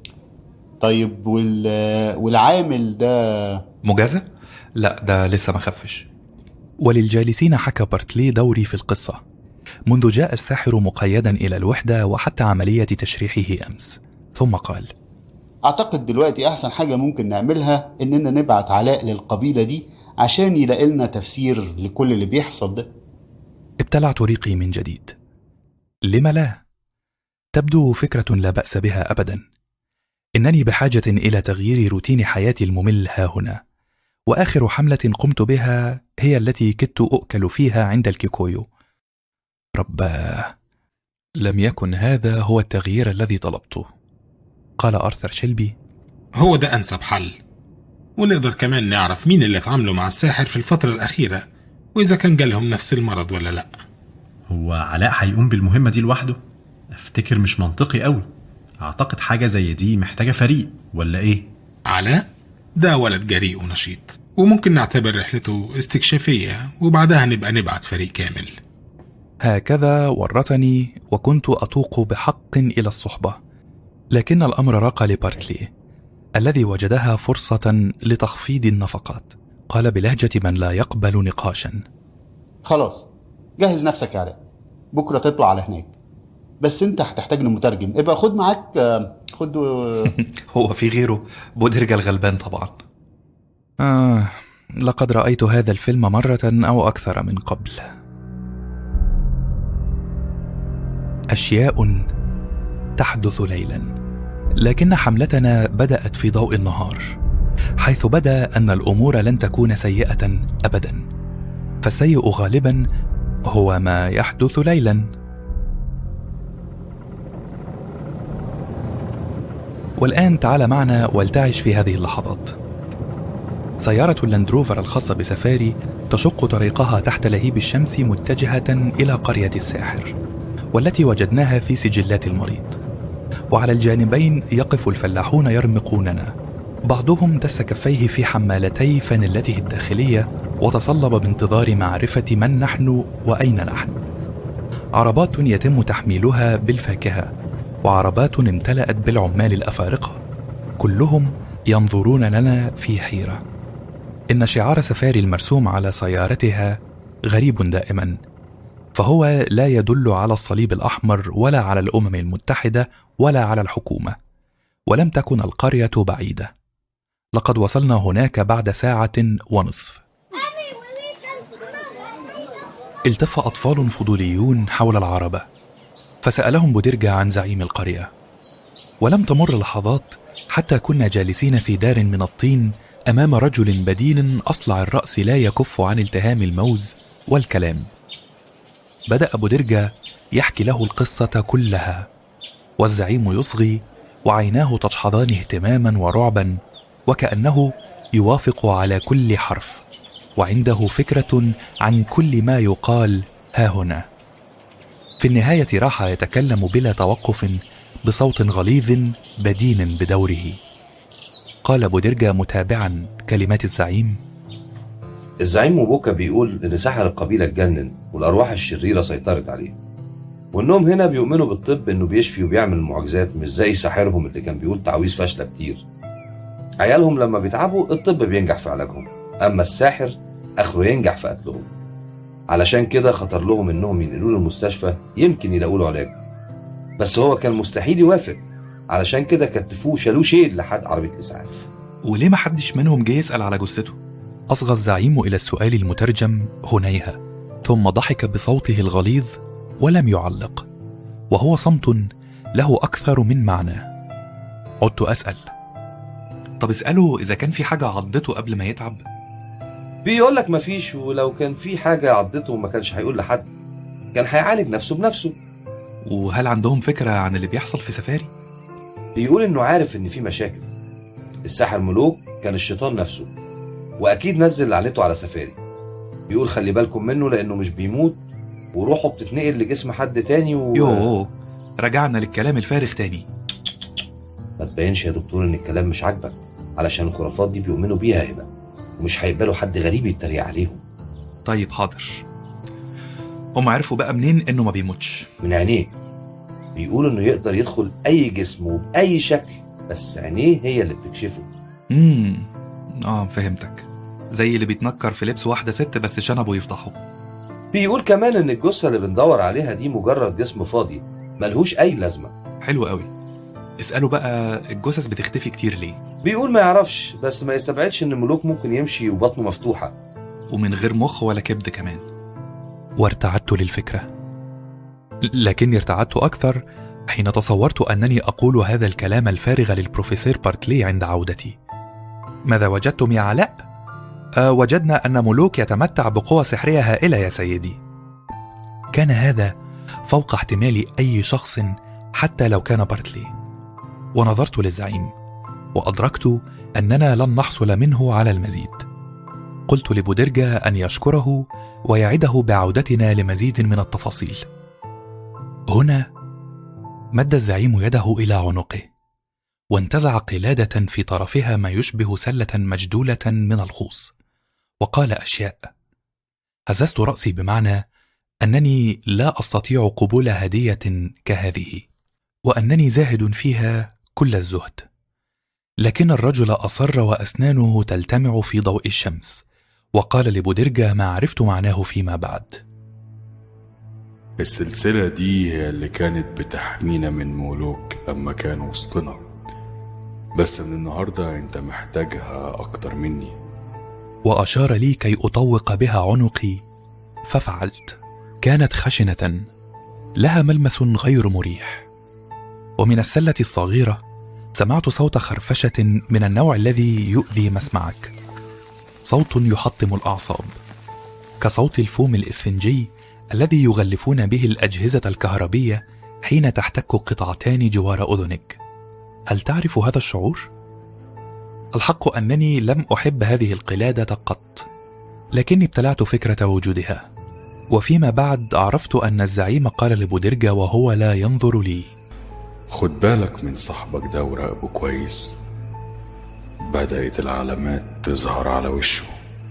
طيب وال... والعامل ده مجازة؟ لا، ده لسه ما خفش. وللجالسين حكى بارتلي دوري في القصة منذ جاء الساحر مقيدا إلى الوحدة وحتى عملية تشريحه أمس، ثم قال: أعتقد دلوقتي أحسن حاجة ممكن نعملها إننا نبعت علاء للقبيلة دي عشان يلاقي لنا تفسير لكل اللي بيحصل ده. ابتلعت ريقي من جديد. لم لا؟ تبدو فكرة لا بأس بها أبدا. إنني بحاجة إلى تغيير روتين حياتي الممل ها هنا، وآخر حملة قمت بها هي التي كدت أؤكل فيها عند الكيكويو. رباه، لم يكن هذا هو التغيير الذي طلبته. قال آرثر شيلبي: هو ده أنسب حل، ونقدر كمان نعرف مين اللي اتعاملوا مع الساحر في الفترة الأخيرة وإذا كان جالهم نفس المرض ولا لأ. هو علاء هيقوم بالمهمة دي لوحده؟ افتكر مش منطقي قوي. أعتقد حاجة زي دي محتاجة فريق، ولا إيه؟ علاء ده ولد جريء ونشيط، وممكن نعتبر رحلته استكشافية وبعدها نبقى نبعت فريق كامل. هكذا ورطني وكنت أتوق بحق إلى الصحبة، لكن الأمر راق لبارتلي الذي وجدها فرصة لتخفيض النفقات. قال بلهجة من لا يقبل نقاشا: خلاص جهز نفسك يا علاء، بكرة تطلع على هناك، بس انت هتحتاج مترجم. ابقى خد معاك خد هو في غيره؟ بودرجة الغلبان طبعا. آه لقد رأيت هذا الفيلم مرة أو أكثر من قبل. أشياء تحدث ليلا، لكن حملتنا بدأت في ضوء النهار، حيث بدا أن الأمور لن تكون سيئة أبدا، فالسيء غالبا هو ما يحدث ليلا. والآن تعال معنا ولتعش في هذه اللحظات. سيارة اللاندروفر الخاصة بسفاري تشق طريقها تحت لهيب الشمس متجهة إلى قرية الساحر، والتي وجدناها في سجلات المريض. وعلى الجانبين يقف الفلاحون يرمقوننا، بعضهم دس كفيه في حمالتي فانلته الداخلية وتصلب بانتظار معرفة من نحن وأين نحن. عربات يتم تحميلها بالفاكهة، وعربات امتلأت بالعمال الأفارقة، كلهم ينظرون لنا في حيرة. إن شعار سفاري المرسوم على سيارتها غريب دائما، فهو لا يدل على الصليب الأحمر ولا على الأمم المتحدة ولا على الحكومة. ولم تكن القرية بعيدة، لقد وصلنا هناك بعد ساعة ونصف. التف أطفال فضوليون حول العربة، فسألهم بودرجة عن زعيم القرية. ولم تمر لحظات حتى كنا جالسين في دار من الطين أمام رجل بدين أصلع الرأس لا يكف عن التهام الموز والكلام. بدأ بودرجة يحكي له القصة كلها، والزعيم يصغي وعيناه تجحظان اهتماما ورعبا، وكأنه يوافق على كل حرف وعنده فكرة عن كل ما يقال ها هنا. في النهاية راح يتكلم بلا توقف بصوت غليظ بدين بدوره. قال بودرجا متابعا كلمات الزعيم: الزعيم موبوكا بيقول إن ساحر القبيلة اتجنن والأرواح الشريرة سيطرت عليه، وإنهم هنا بيؤمنوا بالطب إنه بيشفي وبيعمل معجزات مش زي ساحرهم اللي كان بيقول تعويذ فاشلة كتير. عيالهم لما بيتعبوا الطب بينجح في علاجهم، أما الساحر آخره ينجح في قتلهم. علشان كده خطر لهم إنهم ينقلوه للمستشفى يمكن يلاقوا له علاج، بس هو كان مستحيل يوافق، علشان كده كتفوه شالوه شيل لحد عربية الإسعاف. وليه ما حدش منهم جه يسأل على جثته؟ أصغى الزعيم إلى السؤال المترجم هنيهة، ثم ضحك بصوته الغليظ ولم يعلق، وهو صمت له أكثر من معنى. عدت أسأل: طب اسأله إذا كان في حاجة عضته قبل ما يتعب؟ بيقولك مفيش، ولو كان في حاجة عضته ما كانش هيقول لحد، كان هيعالج نفسه بنفسه. وهل عندهم فكرة عن اللي بيحصل في سفاري؟ بيقول إنه عارف إن في مشاكل. الساحر ملوك كان الشيطان نفسه، وأكيد نزل لعنته على سفاري. بيقول خلي بالكم منه لأنه مش بيموت وروحه بتتنقل لجسم حد تاني و... يوه، رجعنا للكلام الفارغ تاني. ما تبينش يا دكتور إن الكلام مش عاجبك، علشان الخرافات دي بيؤمنوا بيها هنا، ومش هيقبلوا حد غريب يتريق عليهم. طيب حاضر. هم عرفوا بقى منين إنه ما بيموتش؟ من عينيه. بيقولوا إنه يقدر يدخل أي جسم وبأي شكل، بس عينيه هي اللي بتكشفه. امم اه فهمتك، زي اللي بيتنكر في لبس واحدة ست بس شنبه يفضحه. بيقول كمان إن الجثة اللي بندور عليها دي مجرد جسم فاضي ملهوش أي لازمة. حلو قوي. اسأله بقى الجثث بتختفي كتير ليه؟ بيقول ما يعرفش، بس ما يستبعدش إن الملوك ممكن يمشي وبطنه مفتوحة ومن غير مخ ولا كبد كمان. وارتعدت للفكرة، لكني ارتعدت أكثر حين تصورت أنني أقول هذا الكلام الفارغ للبروفيسور باركلي عند عودتي. ماذا وجدتم يا علاء؟ أه وجدنا أن ملوك يتمتع بقوة سحرية هائلة يا سيدي. كان هذا فوق احتمال أي شخص حتى لو كان باركلي. ونظرت للزعيم وأدركت أننا لن نحصل منه على المزيد. قلت لبودرجا أن يشكره ويعده بعودتنا لمزيد من التفاصيل. هنا مد الزعيم يده إلى عنقه وانتزع قلادة في طرفها ما يشبه سلة مجدولة من الخوص، وقال أشياء. هززت رأسي بمعنى أنني لا أستطيع قبول هدية كهذه، وأنني زاهد فيها كل الزهد. لكن الرجل أصر وأسنانه تلتمع في ضوء الشمس، وقال لبودرجا ما عرفت معناه فيما بعد: السلسلة دي هي اللي كانت بتحمينا من ملوك لما كانوا وسطنا، بس من النهاردة انت محتاجها أكتر مني. وأشار لي كي أطوق بها عنقي، ففعلت. كانت خشنة لها ملمس غير مريح، ومن السلة الصغيرة سمعت صوت خرفشة من النوع الذي يؤذي مسمعك، صوت يحطم الأعصاب، كصوت الفوم الإسفنجي الذي يغلفون به الأجهزة الكهربية حين تحتك قطعتان جوار أذنك. هل تعرف هذا الشعور؟ الحق أنني لم أحب هذه القلادة قط، لكني ابتلعت فكرة وجودها. وفيما بعد عرفت أن الزعيم قال لبودرجا وهو لا ينظر لي: خد بالك من صاحبك ده وراقبه كويس، بدأت العلامات تظهر على وشه.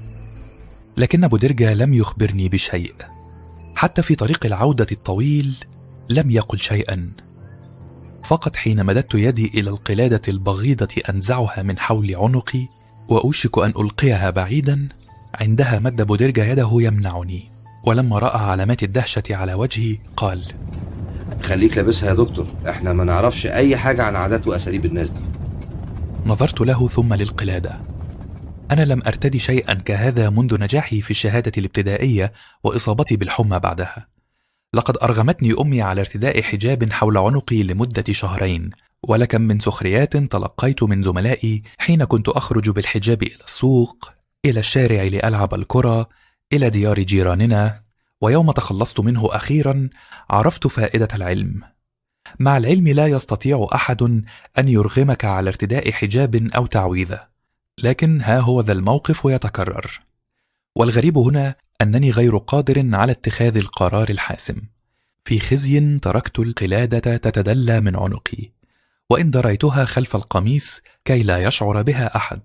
لكن بودرجا لم يخبرني بشيء، حتى في طريق العودة الطويل لم يقل شيئا. فقط حين مددت يدي إلى القلادة البغيضة أنزعها من حول عنقي وأوشك أن ألقيها بعيدا، عندها مد بودرجا يده يمنعني، ولما رأى علامات الدهشة على وجهي قال: خليك لابسها يا دكتور، احنا ما نعرفش أي حاجة عن عادات وأساليب الناس دي. نظرت له ثم للقلادة. أنا لم أرتدي شيئا كهذا منذ نجاحي في الشهادة الابتدائية وإصابتي بالحمى بعدها. لقد أرغمتني أمي على ارتداء حجاب حول عنقي لمدة شهرين، ولكم من سخريات تلقيت من زملائي حين كنت أخرج بالحجاب إلى السوق، إلى الشارع لألعب الكرة، إلى ديار جيراننا. ويوم تخلصت منه أخيرا عرفت فائدة العلم. مع العلم لا يستطيع أحد أن يرغمك على ارتداء حجاب أو تعويذة، لكن ها هو ذا الموقف يتكرر. والغريب هنا أنني غير قادر على اتخاذ القرار الحاسم، في خزي تركت القلادة تتدلى من عنقي، وإن دريتها خلف القميص كي لا يشعر بها أحد.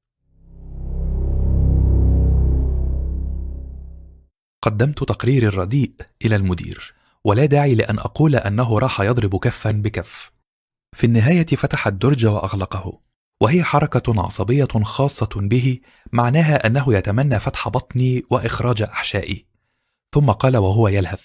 قدمت تقريري الرديء إلى المدير، ولا داعي لأن أقول أنه راح يضرب كفا بكف. في النهاية فتح الدرج وأغلقه، وهي حركة عصبية خاصة به معناها أنه يتمنى فتح بطني وإخراج أحشائي. ثم قال وهو يلهث: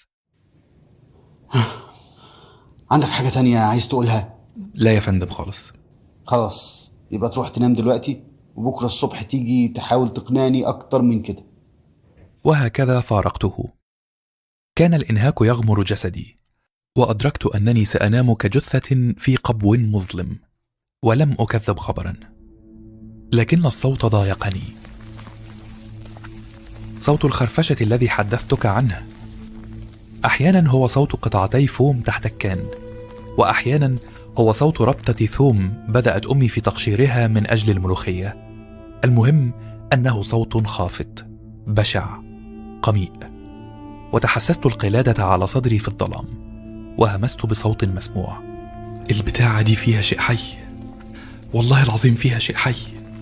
عندك حاجة تانية عايز تقولها؟ لا يا فندم خالص. خلاص، يبقى تروح تنام دلوقتي، وبكرة الصبح تيجي تحاول تقنعني أكتر من كده. وهكذا فارقته. كان الإنهاك يغمر جسدي، وأدركت أنني سأنام كجثة في قبو مظلم، ولم أكذب خبرا. لكن الصوت ضايقني، صوت الخرفشة الذي حدثتك عنه. أحيانا هو صوت قطعتي فوم تحت الكان، وأحيانا هو صوت ربطة ثوم بدأت أمي في تقشيرها من أجل الملوخية. المهم أنه صوت خافت بشع قميء. وتحسست القلادة على صدري في الظلام، وهمست بصوت مسموع: البتاعة دي فيها شيء حي، والله العظيم فيها شيء حي.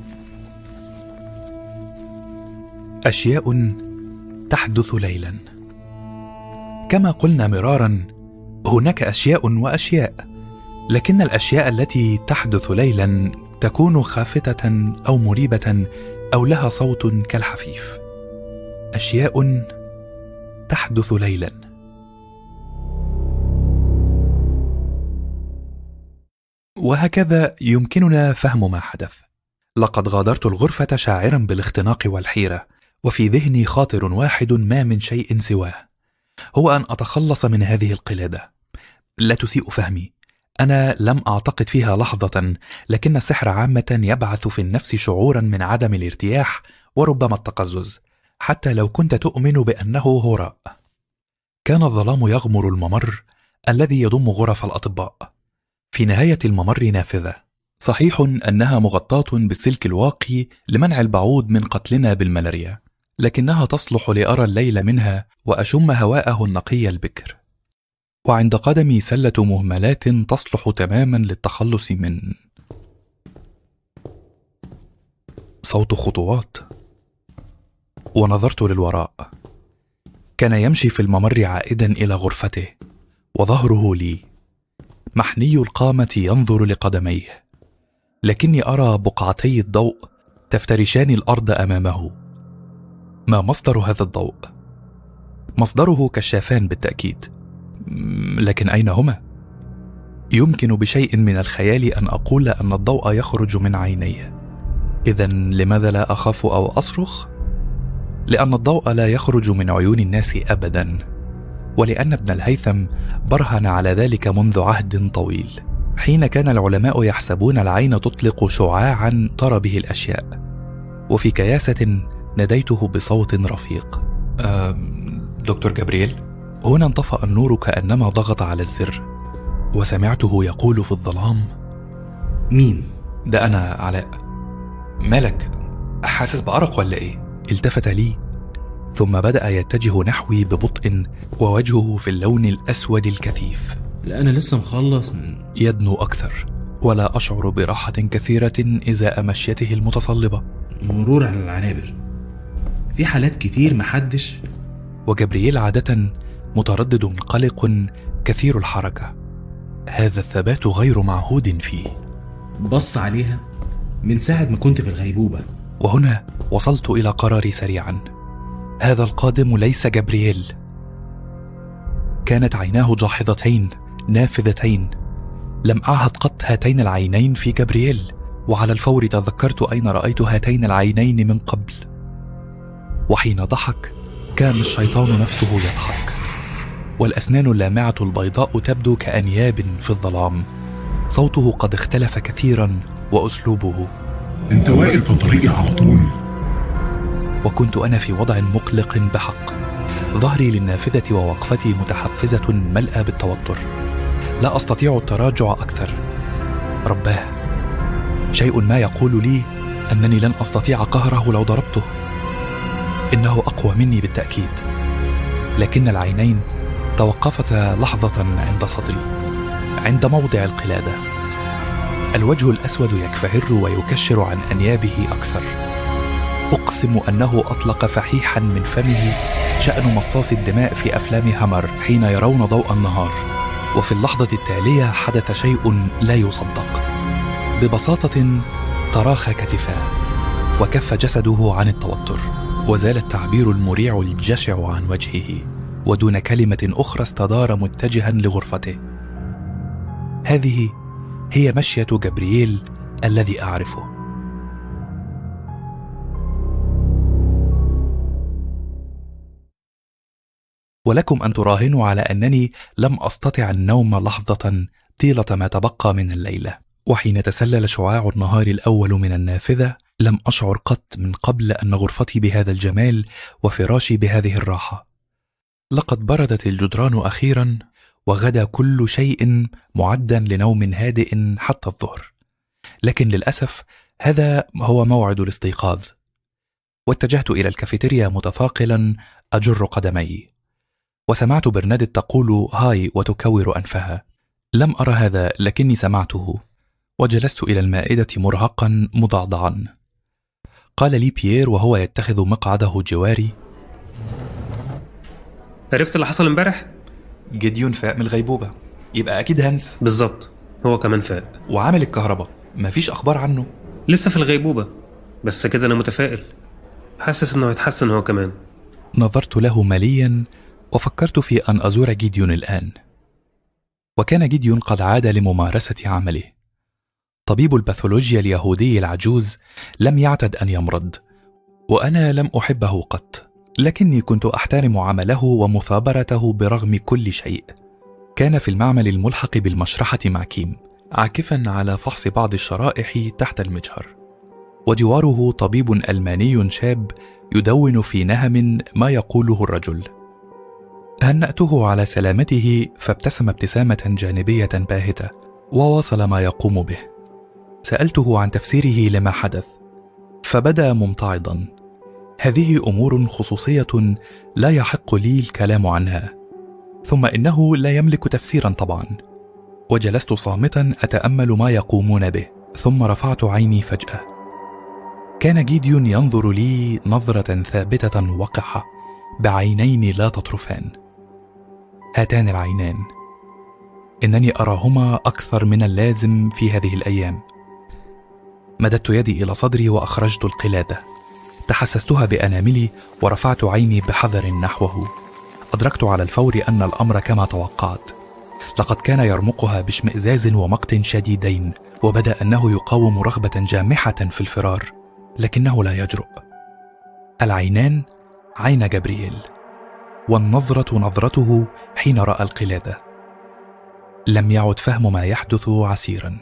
أشياء تحدث ليلا. كما قلنا مرارا، هناك أشياء وأشياء، لكن الأشياء التي تحدث ليلا تكون خافتة أو مريبة أو لها صوت كالحفيف. أشياء تحدث ليلا. وهكذا يمكننا فهم ما حدث. لقد غادرت الغرفة شاعرا بالاختناق والحيرة، وفي ذهني خاطر واحد ما من شيء سواه، هو أن أتخلص من هذه القلادة. لا تسيء فهمي، أنا لم أعتقد فيها لحظة، لكن السحر عامة يبعث في النفس شعورا من عدم الارتياح وربما التقزز، حتى لو كنت تؤمن بأنه هراء. كان الظلام يغمر الممر الذي يضم غرف الأطباء. في نهاية الممر نافذة، صحيح أنها مغطاة بالسلك الواقي لمنع البعوض من قتلنا بالملاريا، لكنها تصلح لأرى الليل منها وأشم هواءه النقي البكر. وعند قدمي سلة مهملات تصلح تماما للتخلص من صوت خطوات. ونظرت للوراء، كان يمشي في الممر عائدا إلى غرفته، وظهره لي، محني القامة ينظر لقدميه، لكني أرى بقعتي الضوء تفترشان الأرض أمامه. ما مصدر هذا الضوء؟ مصدره كشافان بالتأكيد، لكن أين هما؟ يمكن بشيء من الخيال أن أقول أن الضوء يخرج من عينيه. إذن لماذا لا أخاف أو أصرخ؟ لأن الضوء لا يخرج من عيون الناس أبدا، ولأن ابن الهيثم برهن على ذلك منذ عهد طويل، حين كان العلماء يحسبون العين تطلق شعاعا ترى به الأشياء. وفي كياسة ناديته بصوت رفيق: أه دكتور جابرييل. هنا انطفأ النور كأنما ضغط على الزر، وسمعته يقول في الظلام: مين؟ ده أنا علاء. مالك؟ حاسس بأرق ولا إيه؟ التفت لي، ثم بدأ يتجه نحوي ببطء، ووجهه في اللون الأسود الكثيف. لا أنا لسه مخلص من... يدنو أكثر، ولا أشعر براحة كثيرة إزاء مشيته المتصلبة. مرور على العنابر، في حالات كتير محدش. وجابرييل عادة متردد قلق كثير الحركة، هذا الثبات غير معهود فيه. بص عليها من ساعة ما كنت في الغيبوبة. وهنا وصلت إلى قراري سريعا، هذا القادم ليس جابرييل. كانت عيناه جاحظتين نافذتين، لم أعهد قط هاتين العينين في جابرييل، وعلى الفور تذكرت أين رأيت هاتين العينين من قبل. وحين ضحك كان الشيطان نفسه يضحك، والأسنان اللامعة البيضاء تبدو كأنياب في الظلام. صوته قد اختلف كثيرا، وأسلوبه: أنت واقف في طريقي على طول. وكنت أنا في وضع مقلق بحق، ظهري للنافذة ووقفتي متحفزة ملأى بالتوتر، لا أستطيع التراجع أكثر. رباه، شيء ما يقول لي أنني لن أستطيع قهره لو ضربته، إنه أقوى مني بالتأكيد. لكن العينين توقفتا لحظة عند صدري، عند موضع القلادة. الوجه الأسود يكفهر ويكشر عن أنيابه أكثر. أقسم أنه أطلق فحيحا من فمه شأن مصاص الدماء في أفلام هامر حين يرون ضوء النهار. وفي اللحظة التالية حدث شيء لا يصدق. ببساطة تراخى كتفاه وكف جسده عن التوتر، وزال التعبير المريع الجشع عن وجهه، ودون كلمة أخرى استدار متجها لغرفته. هذه هي مشية جبريل الذي أعرفه. ولكم أن تراهنوا على أنني لم أستطع النوم لحظة طيلة ما تبقى من الليلة. وحين تسلل شعاع النهار الأول من النافذة لم أشعر قط من قبل أن غرفتي بهذا الجمال وفراشي بهذه الراحة. لقد بردت الجدران أخيرا، وغدا كل شيء معدا لنوم هادئ حتى الظهر. لكن للأسف هذا هو موعد الاستيقاظ. واتجهت إلى الكافيتيريا متثاقلا أجر قدمي، وسمعت برنادت تقول هاي وتكور أنفها. لم أرى هذا لكني سمعته، وجلست إلى المائدة مرهقا مضعضعا. قال لي بيير وهو يتخذ مقعده جواري: عرفت اللي حصل امبارح؟ جديون فاق من الغيبوبة، يبقى أكيد هانس. بالظبط، هو كمان فاق وعامل الكهرباء. مفيش أخبار عنه. لسه في الغيبوبة، بس كده أنا متفائل، حاسس إنه هيتحسن هو كمان. نظرت له مليا وفكرت في أن أزور جيديون الآن. وكان جيديون قد عاد لممارسة عمله. طبيب الباثولوجيا اليهودي العجوز لم يعتد أن يمرض، وأنا لم أحبه قط، لكني كنت أحترم عمله ومثابرته برغم كل شيء. كان في المعمل الملحق بالمشرحة مع كيم، عاكفا على فحص بعض الشرائح تحت المجهر، وجواره طبيب ألماني شاب يدون في نهم ما يقوله الرجل. هنأته على سلامته، فابتسم ابتسامة جانبية باهتة وواصل ما يقوم به. سألته عن تفسيره لما حدث، فبدأ ممتعضا: هذه أمور خصوصية لا يحق لي الكلام عنها، ثم إنه لا يملك تفسيرا طبعا. وجلست صامتا أتأمل ما يقومون به، ثم رفعت عيني فجأة. كان جيديون ينظر لي نظرة ثابتة وقحة بعينين لا تطرفان. هاتان العينان إنني أراهما أكثر من اللازم في هذه الأيام. مددت يدي إلى صدري وأخرجت القلادة، تحسستها بأناملي ورفعت عيني بحذر نحوه. أدركت على الفور أن الأمر كما توقعت. لقد كان يرمقها باشمئزاز ومقت شديدين، وبدأ أنه يقاوم رغبة جامحة في الفرار، لكنه لا يجرؤ. العينان عين جبريل، والنظرة نظرته حين رأى القلادة. لم يعد فهم ما يحدث عسيرا.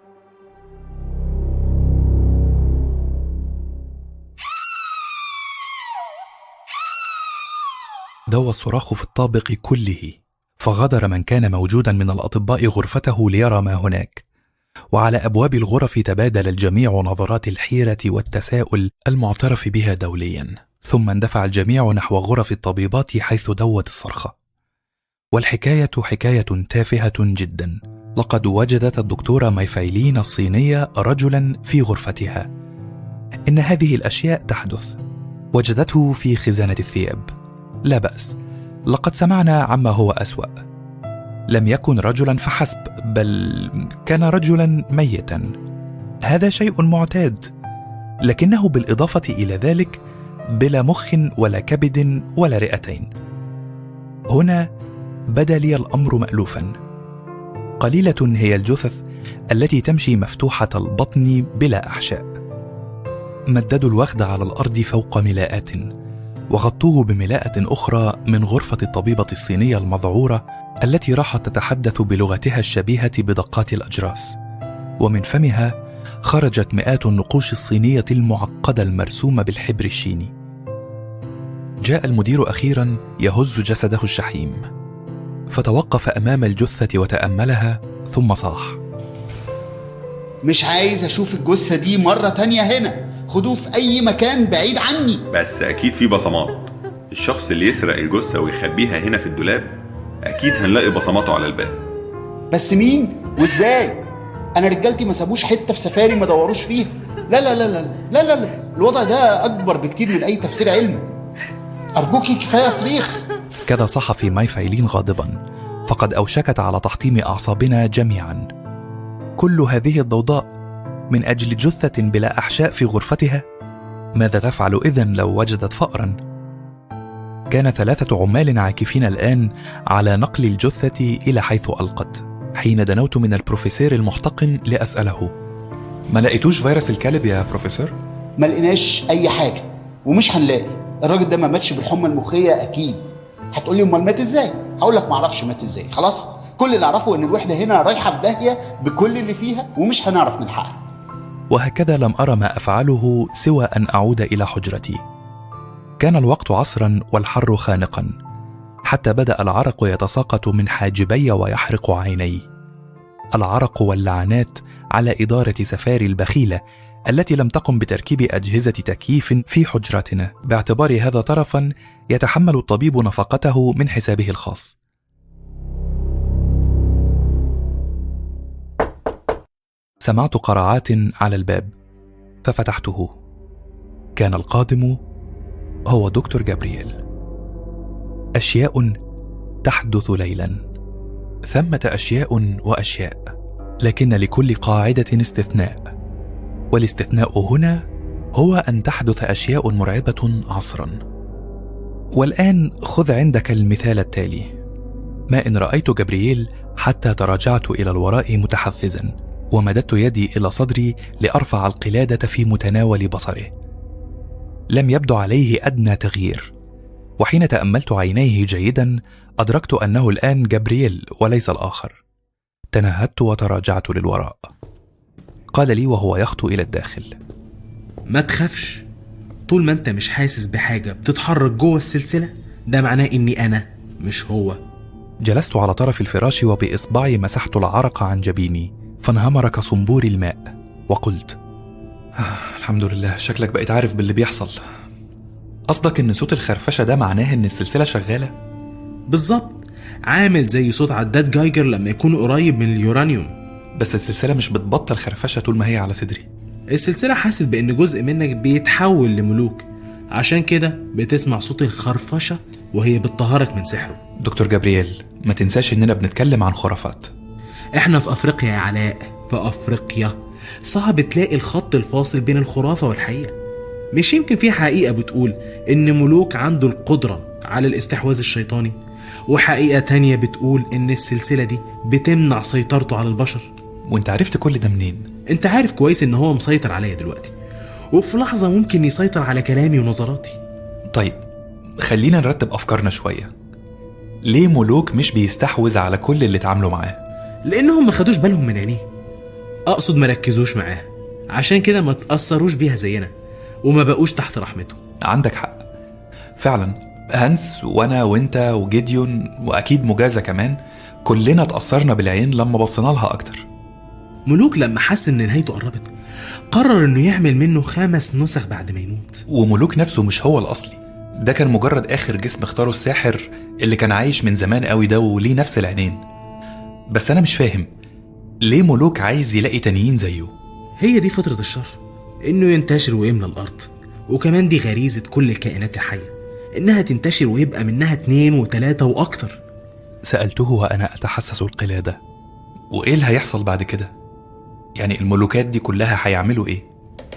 دوى الصراخ في الطابق كله، فغادر من كان موجودا من الأطباء غرفته ليرى ما هناك. وعلى أبواب الغرف تبادل الجميع نظرات الحيرة والتساؤل المعترف بها دوليا، ثم اندفع الجميع نحو غرف الطبيبات حيث دوت الصرخة. والحكاية حكاية تافهة جدا. لقد وجدت الدكتورة مايفايلين الصينية رجلا في غرفتها. إن هذه الأشياء تحدث. وجدته في خزانة الثياب. لا بأس، لقد سمعنا عما هو أسوأ. لم يكن رجلا فحسب، بل كان رجلا ميتا. هذا شيء معتاد، لكنه بالإضافة إلى ذلك بلا مخ ولا كبد ولا رئتين. هنا بدا لي الأمر مألوفا. قليلة هي الجثث التي تمشي مفتوحة البطن بلا أحشاء. مددوا الوخد على الأرض فوق ملاءات، وغطوه بملاءة أخرى من غرفة الطبيبة الصينية المذعورة التي راحت تتحدث بلغتها الشبيهة بدقات الأجراس، ومن فمها خرجت مئات النقوش الصينية المعقدة المرسومة بالحبر الشيني. جاء المدير أخيرا يهز جسده الشحيم، فتوقف أمام الجثة وتأملها، ثم صاح: مش عايز أشوف الجثة دي مرة تانية هنا، خدوه في أي مكان بعيد عني. بس أكيد في بصمات. الشخص اللي يسرق الجثة ويخبيها هنا في الدولاب أكيد هنلاقي بصماته على الباب. بس مين وازاي؟ انا رجالتي ما سابوش حته في سفاري ما دوروش فيها. لا لا لا لا لا لا لا الوضع ده اكبر بكتير من اي تفسير علمي. ارجوكي كفايه صريخ. كاد صحفي ماي فايلين غاضبا، فقد أوشكت على تحطيم أعصابنا جميعا. كل هذه الضوضاء من أجل جثة بلا أحشاء في غرفتها؟ ماذا تفعل إذن لو وجدت فأرا؟ كان ثلاثة عمال عاكفين الآن على نقل الجثة إلى حيث ألقت. حين دنوت من البروفيسور المحتقن لأسأله: ما لقيتوش فيروس الكلب يا بروفيسور؟ ما لقيناش اي حاجه ومش هنلاقي. الراجل ده ما ماتش بالحمى المخيه اكيد. هتقولي امال مات ازاي؟ هقول لك ما اعرفش مات ازاي. خلاص كل اللي اعرفه ان الوحده هنا رايحه في داهيه بكل اللي فيها ومش هنعرف نلحقها. وهكذا لم أرى ما أفعله سوى أن أعود إلى حجرتي. كان الوقت عصرا والحر خانقا، حتى بدأ العرق يتساقط من حاجبي ويحرق عيني. العرق واللعنات على إدارة سفاري البخيلة التي لم تقم بتركيب أجهزة تكييف في حجرتنا، باعتبار هذا طرفا يتحمل الطبيب نفقته من حسابه الخاص. سمعت قرعات على الباب ففتحته. كان القادم هو دكتور جابرييل. أشياء تحدث ليلا. ثمة أشياء وأشياء، لكن لكل قاعدة استثناء، والاستثناء هنا هو أن تحدث أشياء مرعبة عصرا. والآن خذ عندك المثال التالي: ما إن رأيت جابرييل حتى تراجعت إلى الوراء متحفزا، ومددت يدي إلى صدري لأرفع القلادة في متناول بصره. لم يبدو عليه أدنى تغيير، وحين تأملت عينيه جيدا أدركت أنه الآن جابرييل وليس الآخر. تنهدت وتراجعت للوراء. قال لي وهو يخطو إلى الداخل: ما تخافش، طول ما انت مش حاسس بحاجة بتتحرك جوه السلسلة ده معناه اني انا مش هو. جلست على طرف الفراش وبإصبعي مسحت العرق عن جبيني فانهمر كصنبور الماء، وقلت: آه الحمد لله، شكلك بقيت عارف باللي بيحصل. قصدك ان صوت الخرفشة ده معناه ان السلسلة شغالة؟ بالظبط، عامل زي صوت عداد جايجر لما يكون قريب من اليورانيوم. بس السلسلة مش بتبطل خرفشة طول ما هي على صدري. السلسلة حاسس بان جزء منك بيتحول لملوك، عشان كده بتسمع صوت الخرفشة وهي بتطهرك من سحره. دكتور جابرييل، ما تنساش اننا بنتكلم عن خرافات. احنا في افريقيا يا علاء، في افريقيا. صعب تلاقي الخط الفاصل بين الخرافة والحقيقة. مش يمكن في حقيقة بتقول ان ملوك عنده القدرة على الاستحواذ الشيطاني، وحقيقة تانية بتقول ان السلسلة دي بتمنع سيطرته على البشر. وانت عرفت كل ده منين؟ انت عارف كويس ان هو مسيطر عليا دلوقتي، وفي لحظة ممكن يسيطر على كلامي ونظراتي. طيب خلينا نرتب افكارنا شوية. ليه ملوك مش بيستحوذ على كل اللي اتعاملوا معاه؟ لانهم ما خدوش بالهم من عينيه. اقصد ما ركزوش معاه، عشان كده ما تأثروش بيها زينا وما بقوش تحت رحمته. عندك حق فعلا. هانس وانا وانت وجيديون واكيد مجازة كمان، كلنا اتأثرنا بالعين لما بصينا لها اكتر. ملوك لما حس ان نهايته قربت قرر انه يعمل منه خمس نسخ بعد ما يموت. وملوك نفسه مش هو الاصلي، ده كان مجرد اخر جسم اختاره الساحر اللي كان عايش من زمان قوي ده وليه نفس العينين. بس انا مش فاهم ليه ملوك عايز يلاقي تانيين زيه. هي دي فطرة الشر، انه ينتشر ويملى الارض، وكمان دي غريزة كل الكائنات الحية، انها تنتشر ويبقى منها اتنين وتلاتة واكتر. سألته وأنا أتحسس القلادة: وإيه اللي هيحصل بعد كده؟ يعني الملوكات دي كلها هيعملوا إيه؟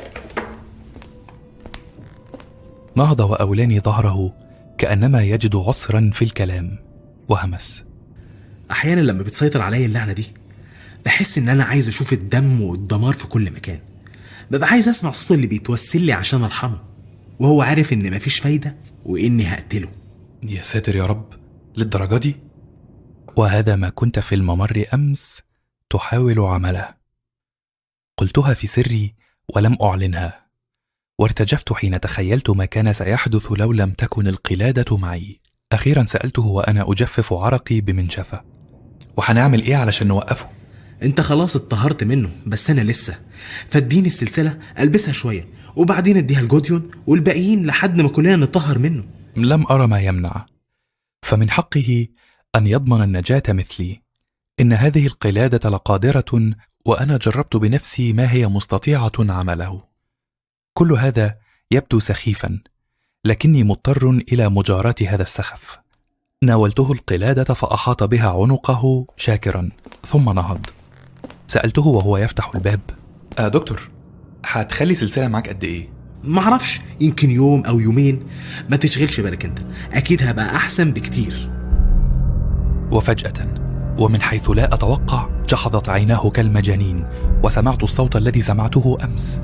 نهض وأولاني ظهره كأنما يجد عسرا في الكلام وهمس: أحيانا لما بتسيطر علي اللعنة دي بحس إن أنا عايز أشوف الدم والدمار في كل مكان. ببقى عايز أسمع صوت اللي بيتوسل لي عشان أرحمه، وهو عارف إن مفيش فايدة وإني هقتله. يا ساتر يا رب، للدرجة دي؟ وهذا ما كنت في الممر أمس تحاول عمله. قلتها في سري ولم أعلنها، وارتجفت حين تخيلت ما كان سيحدث لو لم تكن القلادة معي. أخيرا سألته وأنا أجفف عرقي بمنشفة: وحنعمل إيه علشان نوقفه؟ انت خلاص اتطهرت منه، بس أنا لسه. فاديني السلسلة ألبسها شوية وبعدين اديها لجوديون والباقيين لحد ما كلنا نطهر منه. لم أرى ما يمنع، فمن حقه أن يضمن النجاة مثلي. إن هذه القلادة لقادرة، وأنا جربت بنفسي ما هي مستطيعة عمله. كل هذا يبدو سخيفا، لكني مضطر إلى مجاراة هذا السخف. ناولته القلادة فأحاط بها عنقه شاكرا، ثم نهض. سألته وهو يفتح الباب: آه دكتور، هتخلي سلسلة معاك قد إيه؟ معرفش، يمكن يوم أو يومين، ما تشغلش بالك انت، أكيد هبقى أحسن بكتير. وفجأة ومن حيث لا أتوقع جحظت عيناه كالمجانين، وسمعت الصوت الذي سمعته أمس.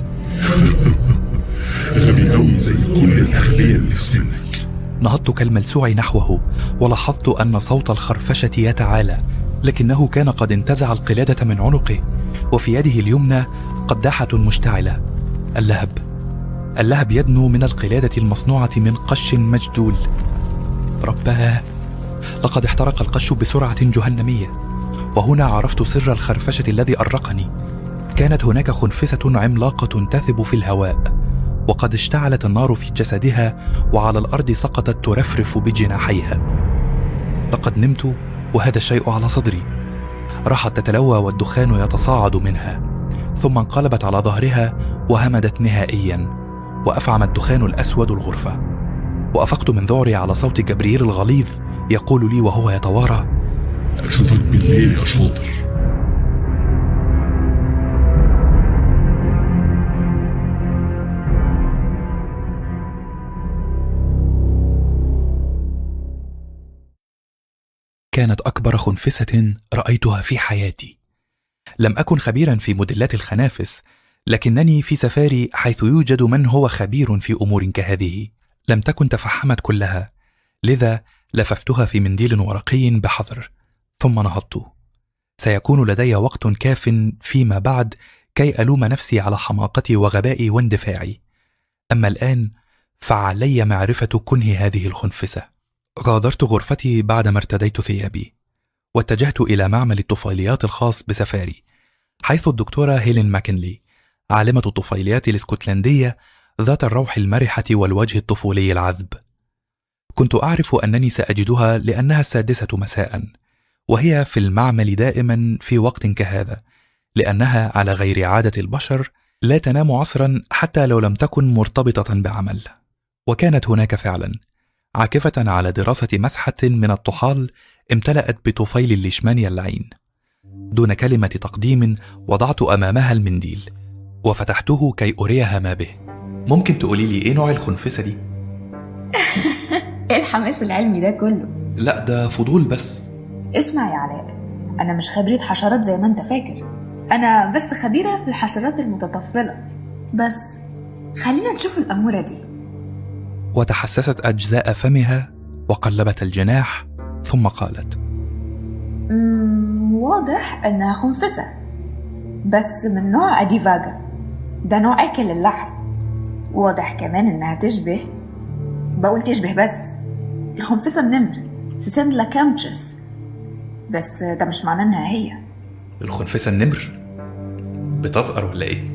غبي قوي زي كل الأغبياء اللي في سنك. نهضت كالملسوع نحوه، ولاحظت أن صوت الخرفشة يتعالى، لكنه كان قد انتزع القلادة من عنقه، وفي يده اليمنى قداحة مشتعلة. اللهب اللهب يدنو من القلادة المصنوعة من قش مجدول. رباه، لقد احترق القش بسرعة جهنمية. وهنا عرفت سر الخرفشة الذي أرقني. كانت هناك خنفسة عملاقة تثب في الهواء، وقد اشتعلت النار في جسدها، وعلى الأرض سقطت ترفرف بجناحيها. لقد نمت وهذا الشيء على صدري. راحت تتلوى والدخان يتصاعد منها، ثم انقلبت على ظهرها وهمدت نهائيا، وأفعم الدخان الأسود الغرفة. وأفقت من ذعري على صوت جبريل الغليظ يقول لي وهو يتوارى: أشوفك بالليل يا شاطر. كانت أكبر خنفسة رأيتها في حياتي. لم أكن خبيرا في موديلات الخنافس، لكنني في سفاري حيث يوجد من هو خبير في أمور كهذه. لم تكن تفحمت كلها، لذا لففتها في منديل ورقي بحذر، ثم نهضت. سيكون لدي وقت كاف فيما بعد كي ألوم نفسي على حماقتي وغبائي واندفاعي. أما الآن فعلي معرفة كنه هذه الخنفسة. غادرت غرفتي بعدما ارتديت ثيابي، واتجهت إلى معمل الطفيليات الخاص بسفاري، حيث الدكتورة هيلين ماكنلي، عالمة الطفيليات الاسكتلندية ذات الروح المرحة والوجه الطفولي العذب. كنت أعرف أنني سأجدها لأنها السادسة مساء، وهي في المعمل دائما في وقت كهذا، لأنها على غير عادة البشر لا تنام عصرا حتى لو لم تكن مرتبطة بعمل. وكانت هناك فعلا، عاكفة على دراسة مسحة من الطحال امتلأت بطفيل الليشمانيا اللعين. دون كلمة تقديم وضعت أمامها المنديل وفتحته كي أريها ما به. ممكن تقولي لي إيه نوع الخنفسة دي؟ إيه الحماس العلمي ده كله؟ لا ده فضول بس. اسمع يا علاء، أنا مش خبيرة حشرات زي ما أنت فاكر، أنا بس خبيرة في الحشرات المتطفلة. بس خلينا نشوف الأمورة دي. وتحسست أجزاء فمها وقلبت الجناح، ثم قالت: مم واضح أنها خنفسة، بس من نوع أديفاجا، ده نوع أكل اللحم. واضح كمان أنها تشبه، بقول تشبه بس، الخنفسة النمر سيسندلا كامتشس، بس ده مش معناه أنها هي. الخنفسة النمر؟ بتزقر ولا إيه؟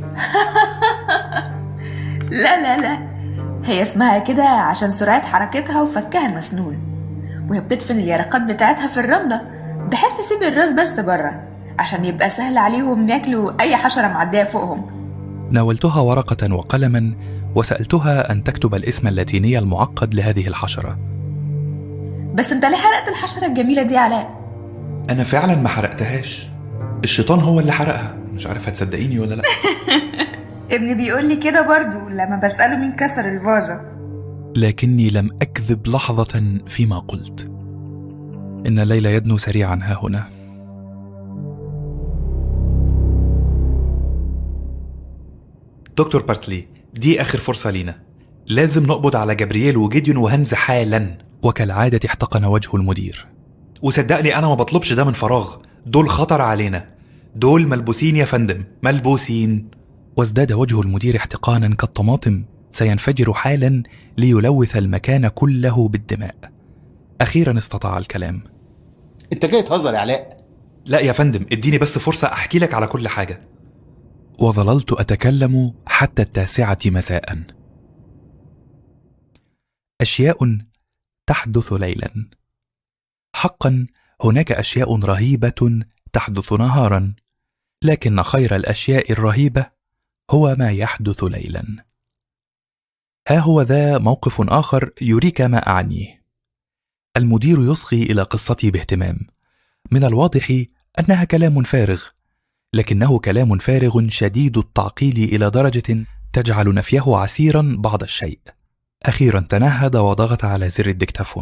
لا لا لا، هي اسمها كده عشان سرعة حركتها وفكها المسنول، وهي بتدفن اليرقات بتاعتها في الرملة بحيث تسيب الراس بس بره عشان يبقى سهل عليهم ياكلوا أي حشرة معدية فوقهم. ناولتها ورقة وقلما وسألتها أن تكتب الاسم اللاتيني المعقد لهذه الحشرة. بس انت ليه حرقت الحشرة الجميلة دي علاء؟ أنا فعلا ما حرقتهاش، الشيطان هو اللي حرقها. مش عارف هتصدقيني ولا لا. ابني بيقول لي كده برضو لما بسأله مين كسر الفازة. لكني لم أكذب لحظة فيما قلت. إن الليل يدنو سريعا ها هنا. دكتور بارتلي، دي آخر فرصة لينا، لازم نقبض على جبريل وجيديون وهنز حالا. وكالعادة احتقن وجه المدير. وصدقني أنا ما بطلبش ده من فراغ، دول خطر علينا، دول ملبوسين يا فندم، ملبوسين. وازداد وجه المدير احتقانا كالطماطم، سينفجر حالا ليلوث المكان كله بالدماء. أخيرا استطاع الكلام. انت جاي تهزر يا علاء؟ لا يا فندم، اديني بس فرصة أحكي لك على كل حاجة. وظللت أتكلم حتى التاسعة مساء. أشياء تحدث ليلا. حقا هناك أشياء رهيبة تحدث نهارا، لكن خير الأشياء الرهيبة هو ما يحدث ليلا. ها هو ذا موقف آخر يريك ما أعنيه. المدير يصغي إلى قصتي باهتمام. من الواضح أنها كلام فارغ، لكنه كلام فارغ شديد التعقيد إلى درجة تجعل نفيه عسيرا بعض الشيء. أخيرا تنهد وضغط على زر الدكتافون.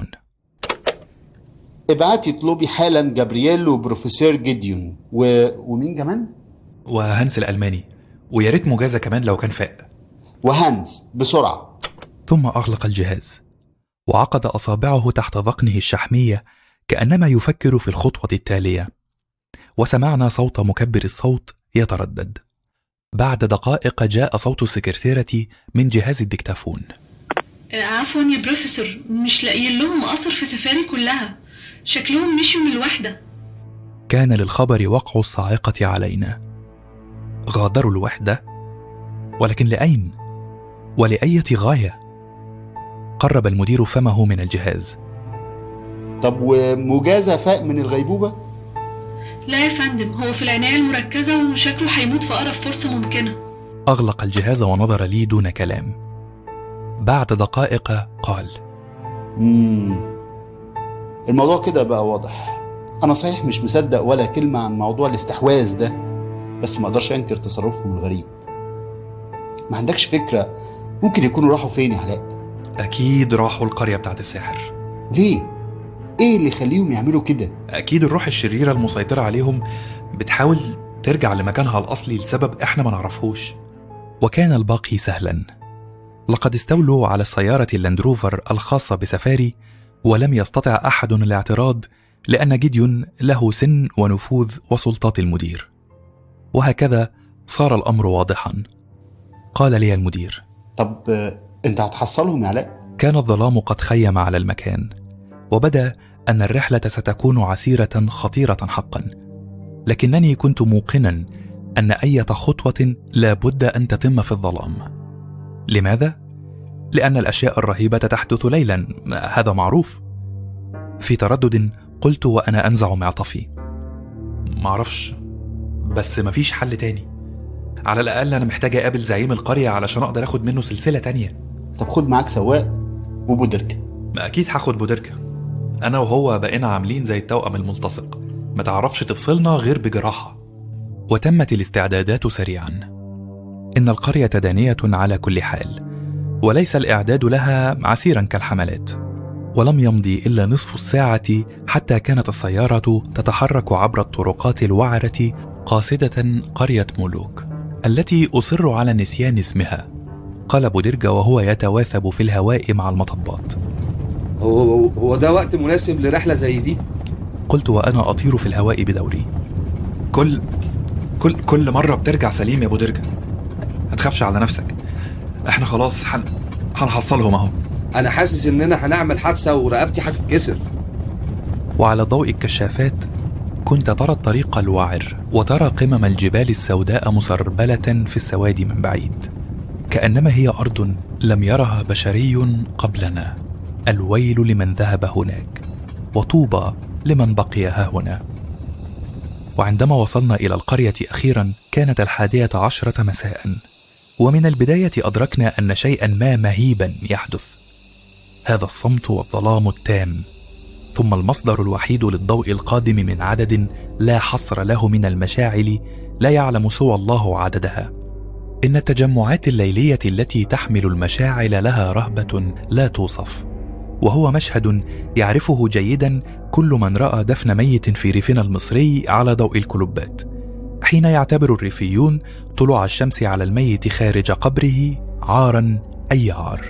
ابعتي اطلبي حالا جابرييل وبروفيسور جيديون و... ومين كمان؟ وهانس الألماني، ويا ريت مجازة كمان لو كان فاق. وهانس بسرعة. ثم أغلق الجهاز وعقد أصابعه تحت ذقنه الشحمية كأنما يفكر في الخطوة التالية، وسمعنا صوت مكبر الصوت يتردد. بعد دقائق جاء صوت السكرتيرة من جهاز الدكتافون. عفوا يا بروفيسور، مش لاقيين لهم أثر في سفاري كلها، شكلهم مشوا من الوحدة. كان للخبر وقع الصاعقة علينا. غادروا الوحدة؟ ولكن لأين؟ ولأية غاية؟ قرب المدير فمه من الجهاز. طب ومجازة فاق من الغيبوبة؟ لا يا فندم، هو في العناية المركزة وشكله هيموت في أقرب فرصة ممكنة. أغلق الجهاز ونظر لي دون كلام. بعد دقائق قال: مم. الموضوع كده بقى واضح. أنا صحيح مش مصدق ولا كلمة عن موضوع الاستحواذ ده، بس ما أقدرش أنكر تصرفهم الغريب. ما عندكش فكرة ممكن يكونوا راحوا فين يا علاء؟ أكيد راحوا القرية بتاعت الساحر. ليه؟ إيه اللي يخليهم يعملوا كده؟ أكيد الروح الشريرة المسيطرة عليهم بتحاول ترجع لمكانها الأصلي لسبب إحنا ما نعرفوش. وكان الباقي سهلا. لقد استولوا على السيارة اللاندروفر الخاصة بسفاري، ولم يستطع أحد الاعتراض لأن جيديون له سن ونفوذ وسلطات المدير. وهكذا صار الأمر واضحا. قال لي المدير: طب أنت هتحصلهم يا علاء؟ كان الظلام قد خيم على المكان، وبدا أن الرحلة ستكون عسيرة خطيرة حقا، لكنني كنت موقنا أن أي خطوة لا بد أن تتم في الظلام. لماذا؟ لأن الأشياء الرهيبة تحدث ليلا، هذا معروف. في تردد قلت وأنا أنزع معطفي: معرفش، بس مفيش حل تاني. على الأقل أنا محتاج أقابل زعيم القرية علشان أقدر أخد منه سلسلة تانية. طب خد معاك سواق وبودركة. أكيد هاخد بودركة. أنا وهو بقينا عاملين زي التوأم الملتصق، ما تعرفش تفصلنا غير بجراحة. وتمت الاستعدادات سريعا. إن القرية دانية على كل حال، وليس الإعداد لها عسيرا كالحملات. ولم يمضي إلا نصف الساعة حتى كانت السيارة تتحرك عبر الطرقات الوعرة قاصدة قرية مولوك التي أصر على نسيان اسمها. قال بودرجة وهو يتواثب في الهواء مع المطبات: هو هو ده وقت مناسب لرحلة زي دي؟ قلت وأنا أطير في الهواء بدوري: كل كل كل مرة بترجع سليم يا بودرجة، ما تخافش على نفسك، احنا خلاص حن... هنحصلهم اهو. انا حاسس اننا هنعمل حادثة ورقبتي هتتكسر. وعلى ضوء الكشافات كنت ترى الطريق الوعر، وترى قمم الجبال السوداء مسربلة في السواد من بعيد، كأنما هي أرض لم يرها بشري قبلنا. الويل لمن ذهب هناك، وطوبى لمن بقي ها هنا. وعندما وصلنا إلى القرية أخيرا كانت الحادية عشرة مساء، ومن البداية أدركنا أن شيئا ما مهيبا يحدث. هذا الصمت والظلام التام، ثم المصدر الوحيد للضوء القادم من عدد لا حصر له من المشاعل لا يعلم سوى الله عددها. إن التجمعات الليلية التي تحمل المشاعل لها رهبة لا توصف، وهو مشهد يعرفه جيدا كل من رأى دفن ميت في ريفنا المصري على ضوء الكلوبات، حين يعتبر الريفيون طلوع الشمس على الميت خارج قبره عارا أي عار.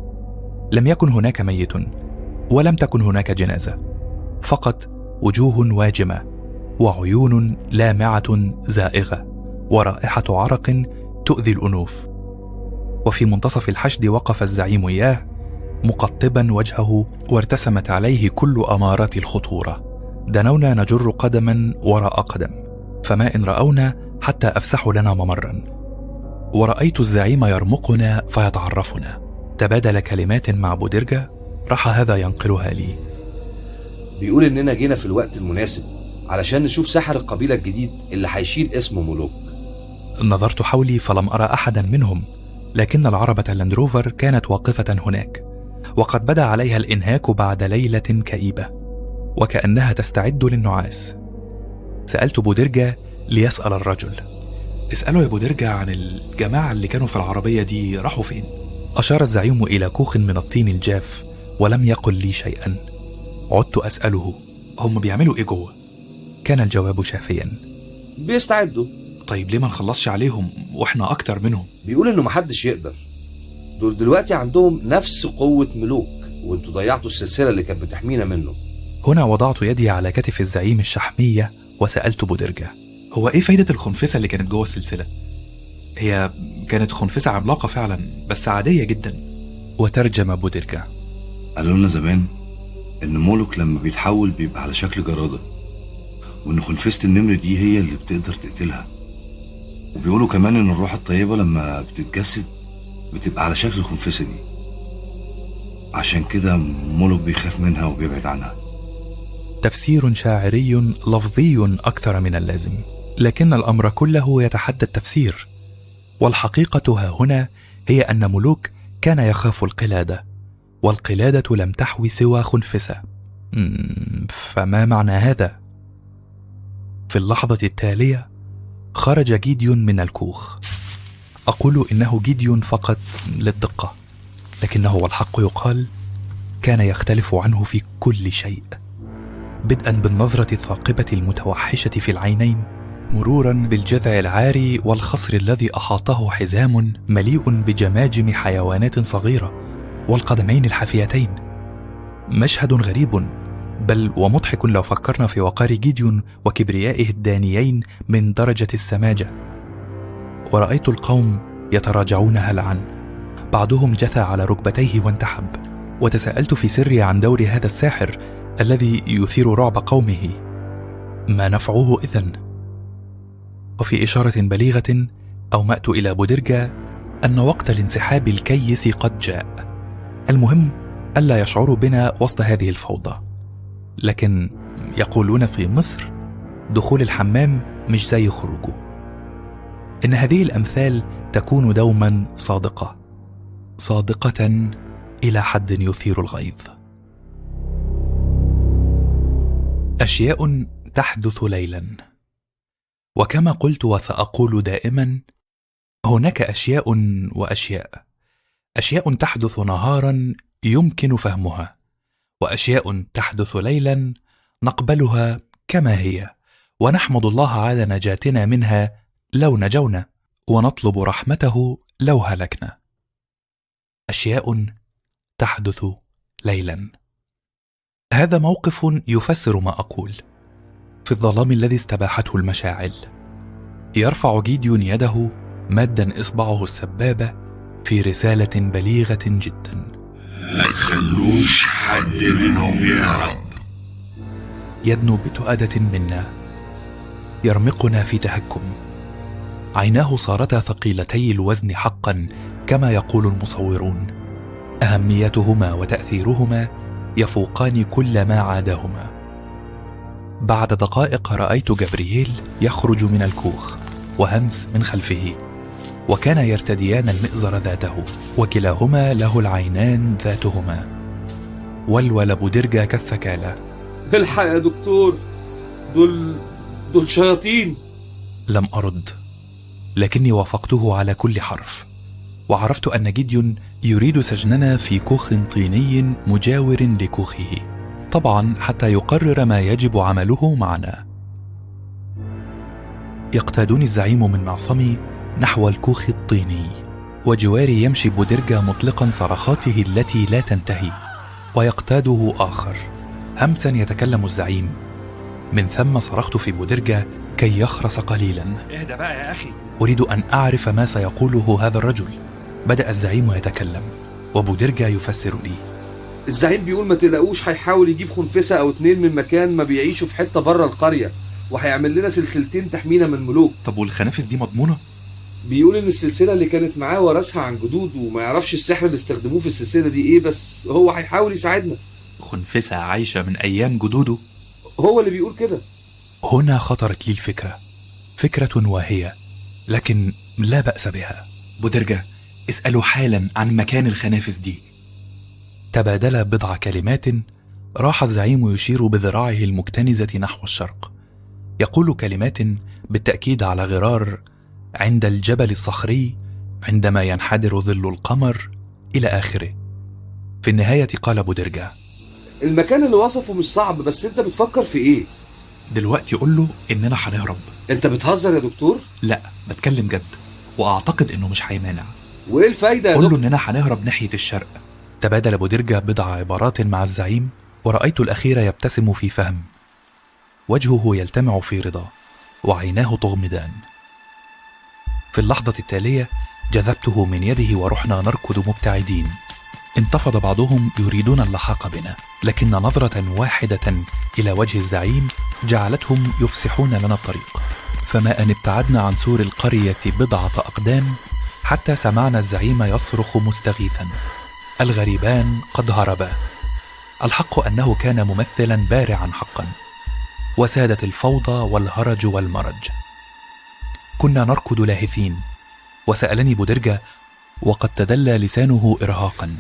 لم يكن هناك ميت، ولم تكن هناك جنازة، فقط وجوه واجمة وعيون لامعة زائغة ورائحة عرق تؤذي الأنوف. وفي منتصف الحشد وقف الزعيم إياه مقطبا وجهه، وارتسمت عليه كل أمارات الخطورة. دنونا نجر قدما وراء قدم، فما إن رأونا حتى أفسحوا لنا ممرا. ورأيت الزعيم يرمقنا فيتعرفنا. تبادل كلمات مع بودرجة، راح هذا ينقلها لي: بيقول إننا جينا في الوقت المناسب علشان نشوف ساحر القبيلة الجديد اللي هيشيل اسمه مولوك. نظرت حولي فلم أرى أحدا منهم، لكن العربة اللاندروفر كانت واقفة هناك، وقد بدا عليها الإنهاك بعد ليلة كئيبة، وكأنها تستعد للنعاس. سألت بودرجة ليسأل الرجل. اسأله يا بودرجة عن الجماعة اللي كانوا في العربية دي راحوا فين؟ أشار الزعيم إلى كوخ من الطين الجاف ولم يقل لي شيئا. عدت أسأله هم بيعملوا إيه جوه؟ كان الجواب شافيا، بيستعدوا. طيب ليه ما نخلصش عليهم وإحنا أكتر منهم؟ بيقول إنه محدش يقدر، دول دلوقتي عندهم نفس قوة ملوك، وانتوا ضيعتوا السلسلة اللي كانت بتحمينا منه. هنا وضعت يدي على كتف الزعيم الشحمية وسألت بودرجة، هو إيه فايدة الخنفسة اللي كانت جوه السلسلة؟ هي كانت خنفسة عملاقة فعلا بس عادية جدا. وترجم بودرجة، قالوا لنا زمان إن مولوك لما بيتحول بيبقى على شكل جرادة، وإن خنفسة النمر دي هي اللي بتقدر تقتلها. وبيقولوا كمان إن الروح الطيبة لما بتتجسد بتبقى على شكل الخنفسة دي، عشان كده مولوك بيخاف منها وبيبعد عنها. تفسير شاعري لفظي أكثر من اللازم، لكن الأمر كله يتحدى التفسير. والحقيقة ها هنا هي أن ملوك كان يخاف القلادة، والقلادة لم تحوي سوى خنفسة. فما معنى هذا؟ في اللحظة التالية خرج جيديون من الكوخ. أقول إنه جيديون فقط للدقة، لكنه والحق يقال كان يختلف عنه في كل شيء، بدءا بالنظرة الثاقبة المتوحشة في العينين، مرورا بالجذع العاري والخصر الذي أحاطه حزام مليء بجماجم حيوانات صغيرة، والقدمين الحافيتين. مشهد غريب بل ومضحك لو فكرنا في وقار جيديون وكبريائه الدانيين من درجة السماجة. ورأيت القوم يتراجعون هلعا، بعضهم جثى على ركبتيه وانتحب. وتساءلت في سري عن دور هذا الساحر الذي يثير رعب قومه، ما نفعه إذن؟ وفي إشارة بليغة أومأت إلى بودرجة أن وقت الانسحاب الكيس قد جاء. المهم ألا يشعروا بنا وسط هذه الفوضى. لكن يقولون في مصر دخول الحمام مش زي خروجه. إن هذه الأمثال تكون دوما صادقة، صادقة إلى حد يثير الغيظ. أشياء تحدث ليلا، وكما قلت وسأقول دائما، هناك أشياء وأشياء. أشياء تحدث نهارا يمكن فهمها، وأشياء تحدث ليلا نقبلها كما هي، ونحمد الله على نجاتنا منها لو نجونا، ونطلب رحمته لو هلكنا. أشياء تحدث ليلا، هذا موقف يفسر ما أقول. في الظلام الذي استباحته المشاعل، يرفع جيديون يده مادا إصبعه السبابة في رسالة بليغة جدا، ما تخلوش حد منهم يهرب. يدنو بتؤدة منا، يرمقنا في تهكم. عيناه صارتا ثقيلتي الوزن حقا كما يقول المصورون، أهميتهما وتأثيرهما يفوقان كل ما عادهما. بعد دقائق رأيت جبرييل يخرج من الكوخ وهنس من خلفه، وكان يرتديان المئزر ذاته، وكلاهما له العينان ذاتهما. ولول بودرجة كالثكالة، الحق يا دكتور، دول دول شياطين. لم أرد، لكني وافقته على كل حرف، وعرفت أن جيديون يريد سجننا في كوخ طيني مجاور لكوخه، طبعا حتى يقرر ما يجب عمله معنا. يقتادني الزعيم من معصمي نحو الكوخ الطيني، وجواري يمشي بودرجة مطلقا صرخاته التي لا تنتهي، ويقتاده آخر. همسا يتكلم الزعيم، من ثم صرخت في بودرجة كي يخرس قليلا. اهدى بقى يا أخي، أريد أن أعرف ما سيقوله هذا الرجل. بدأ الزعيم يتكلم وبودرجة يفسر لي. الزعيم بيقول ما تقلقوش، هيحاول يجيب خنفسة أو اتنين من مكان ما بيعيشوا في حتة بره القرية، وهيعمل لنا سلسلتين تحمينا من ملوك. طب والخنافس دي مضمونة؟ بيقول إن السلسلة اللي كانت معاه ورثها عن جدود، وما يعرفش السحر اللي استخدموه في السلسلة دي إيه، بس هو هيحاول يساعدنا. خنفسة عايشة من أيام جدوده؟ هو اللي بيقول كده. هنا خطرت لي الفكرة، فكرة واهية لكن لا بأس بها. بودرجة، اسألوا حالا عن مكان الخنافس دي. تبادل بضع كلمات، راح الزعيم يشير بذراعه المكتنزة نحو الشرق، يقول كلمات بالتأكيد على غرار عند الجبل الصخري عندما ينحدر ظل القمر إلى آخره. في النهاية قال بودرجة: المكان اللي وصفه مش صعب، بس انت بتفكر في ايه؟ دلوقتي قول له اننا هنهرب. انت بتهزر يا دكتور؟ لا، بتكلم جد، واعتقد انه مش هيمانع. وايه الفايدة يا دكتور؟ دكتور؟ قول له اننا هنهرب ناحية الشرق. تبادل بودرجة بضع عبارات مع الزعيم، ورأيت الأخير يبتسم في فهم، وجهه يلتمع في رضا وعيناه تغمضان. في اللحظة التالية جذبته من يده ورحنا نركض مبتعدين. انتفض بعضهم يريدون اللحاق بنا، لكن نظرة واحدة إلى وجه الزعيم جعلتهم يفسحون لنا الطريق. فما أن ابتعدنا عن سور القرية بضعة أقدام حتى سمعنا الزعيم يصرخ مستغيثا: الغريبان قد هربا. الحق أنه كان ممثلا بارعا حقا، وسادت الفوضى والهرج والمرج. كنا نركض لاهثين، وسألني بودرجة وقد تدلى لسانه إرهاقا: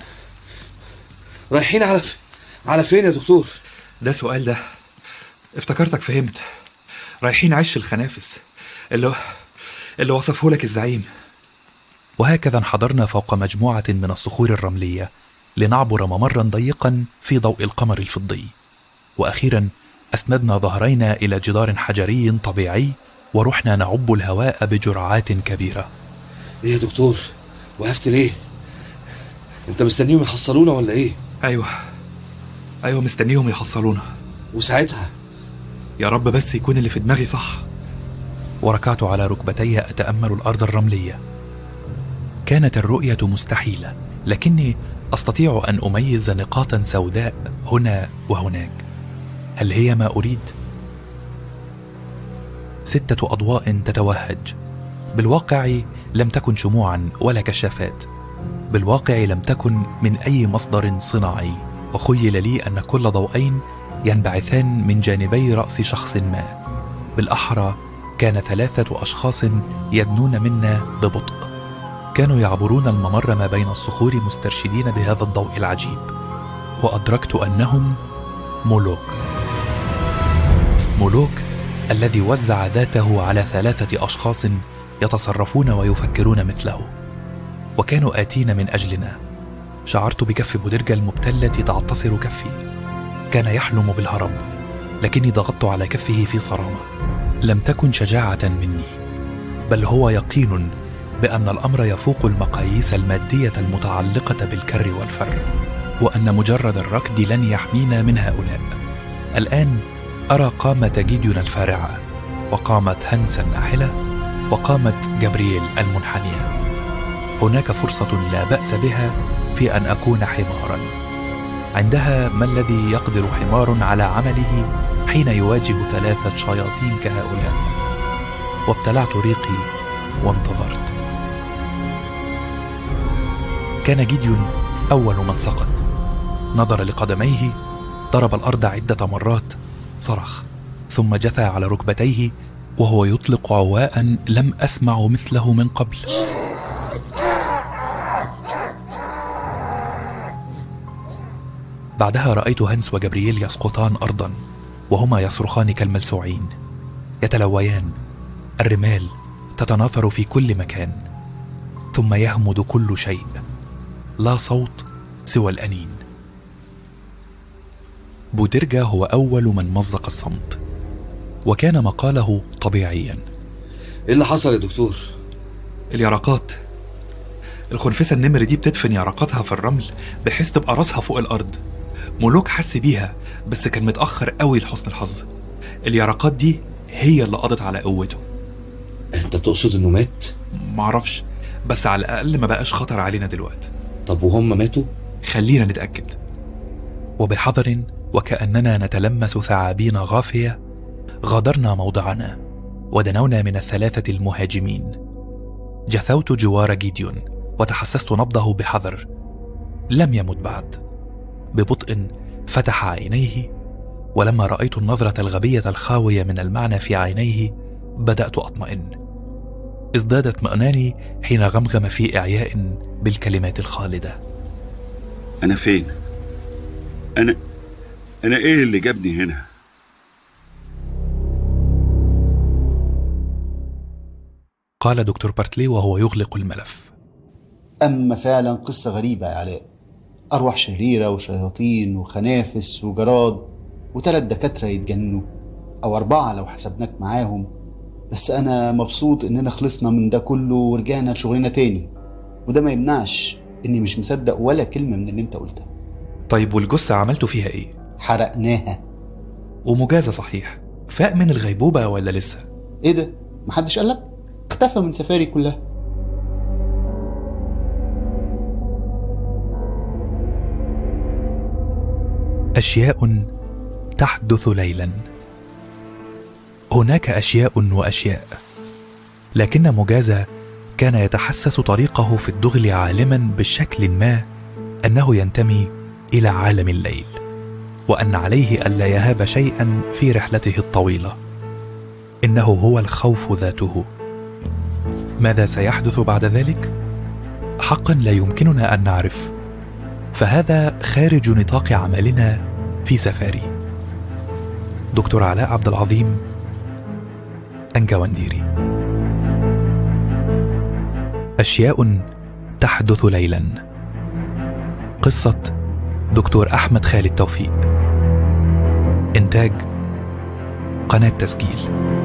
رايحين على ف... على فين يا دكتور؟ ده سؤال ده، افتكرتك فهمت. رايحين عش الخنافس اللي, اللي وصفه لك الزعيم. وهكذا انحدرنا فوق مجموعة من الصخور الرملية لنعبر ممرا ضيقا في ضوء القمر الفضي، وأخيرا أسندنا ظهرينا إلى جدار حجري طبيعي ورحنا نعب الهواء بجرعات كبيرة. ايه يا دكتور؟ وقفت ليه؟ انت مستنيهم يحصلونا ولا ايه؟ ايوه ايوه مستنيهم يحصلونا. وساعتها يا رب بس يكون اللي في دماغي صح. وركعت على ركبتي أتأمل الأرض الرملية. كانت الرؤية مستحيلة، لكني أستطيع أن أميز نقاطا سوداء هنا وهناك. هل هي ما أريد؟ ستة أضواء تتوهج. بالواقع لم تكن شموعا ولا كشافات، بالواقع لم تكن من أي مصدر صناعي. وخيل لي أن كل ضوئين ينبعثان من جانبي رأس شخص ما. بالأحرى كان ثلاثة أشخاص يدنون منا ببطء، كانوا يعبرون الممر ما بين الصخور مسترشدين بهذا الضوء العجيب، وأدركت أنهم مولوك. مولوك الذي وزع ذاته على ثلاثة أشخاص يتصرفون ويفكرون مثله، وكانوا آتين من أجلنا. شعرت بكف بودرجة المبتلة تعتصر كفي. كان يحلم بالهرب، لكني ضغطت على كفه في صرامة. لم تكن شجاعة مني، بل هو يقين بأن الأمر يفوق المقاييس المادية المتعلقة بالكر والفر، وأن مجرد الركض لن يحمينا من هؤلاء. الآن أرى قامة جيديون الفارعة، وقامة هانس الناحلة، وقامة جابرييل المنحنية. هناك فرصة لا بأس بها في أن أكون حمارا. عندها ما الذي يقدر حمار على عمله حين يواجه ثلاثة شياطين كهؤلاء؟ وابتلعت ريقي وانتظرت. كان جيديون أول من سقط. نظر لقدميه، ضرب الأرض عدة مرات، صرخ، ثم جثى على ركبتيه وهو يطلق عواء لم أسمع مثله من قبل. بعدها رأيت هانس وجابرييل يسقطان أرضا وهما يصرخان كالملسوعين، يتلويان. الرمال تتناثر في كل مكان، ثم يهمد كل شيء، لا صوت سوى الأنين. بودرجة هو أول من مزق الصمت، وكان مقاله طبيعيا. ايه اللي حصل يا دكتور؟ اليرقات. الخنفسة النمر دي بتدفن يرقاتها في الرمل بحيث تبقى راسها فوق الأرض. مولوك حس بيها بس كان متأخر قوي لحسن الحظ. اليرقات دي هي اللي قضت على قوته. انت تقصد انه مات؟ معرفش، بس على الأقل ما بقاش خطر علينا دلوقتي. طب وهم ماتوا؟ خلينا نتأكد. وبحذر وكأننا نتلمس ثعابين غافية غادرنا موضعنا ودنونا من الثلاثة المهاجمين. جثوت جوار جيديون وتحسست نبضه بحذر. لم يمت بعد. ببطء فتح عينيه، ولما رأيت النظرة الغبية الخاوية من المعنى في عينيه بدأت أطمئن. ازداد اطمئناني حين غمغم في إعياء بالكلمات الخالدة: أنا فين؟ أنا أنا إيه اللي جابني هنا؟ قال دكتور بارتلي وهو يغلق الملف: أما فعلا قصة غريبة يا علاء، أرواح شريرة وشياطين وخنافس وجراد وثلاث دكاترة يتجنوا، أو أربعة لو حسبناك معاهم. بس أنا مبسوط إننا خلصنا من ده كله ورجعنا لشغلنا تاني، وده ما يمنعش إني مش مصدق ولا كلمة من اللي أنت قلتها. طيب والجثة عملتوا فيها إيه؟ حرقناها. ومجازة صحيح، فاق من الغيبوبة ولا لسه؟ إيه ده؟ محدش قالك؟ اختفى من سفاري كلها. أشياء تحدث ليلا. هناك أشياء وأشياء، لكن مجازة كان يتحسس طريقه في الدغل عالما بشكل ما أنه ينتمي إلى عالم الليل، وأن عليه ألا يهاب شيئا في رحلته الطويلة. إنه هو الخوف ذاته. ماذا سيحدث بعد ذلك؟ حقا لا يمكننا أن نعرف، فهذا خارج نطاق عملنا في سفاري. دكتور علاء عبد العظيم، أنجوانديري. أشياء تحدث ليلا. قصة دكتور أحمد خالد توفيق. إنتاج قناة تسجيل.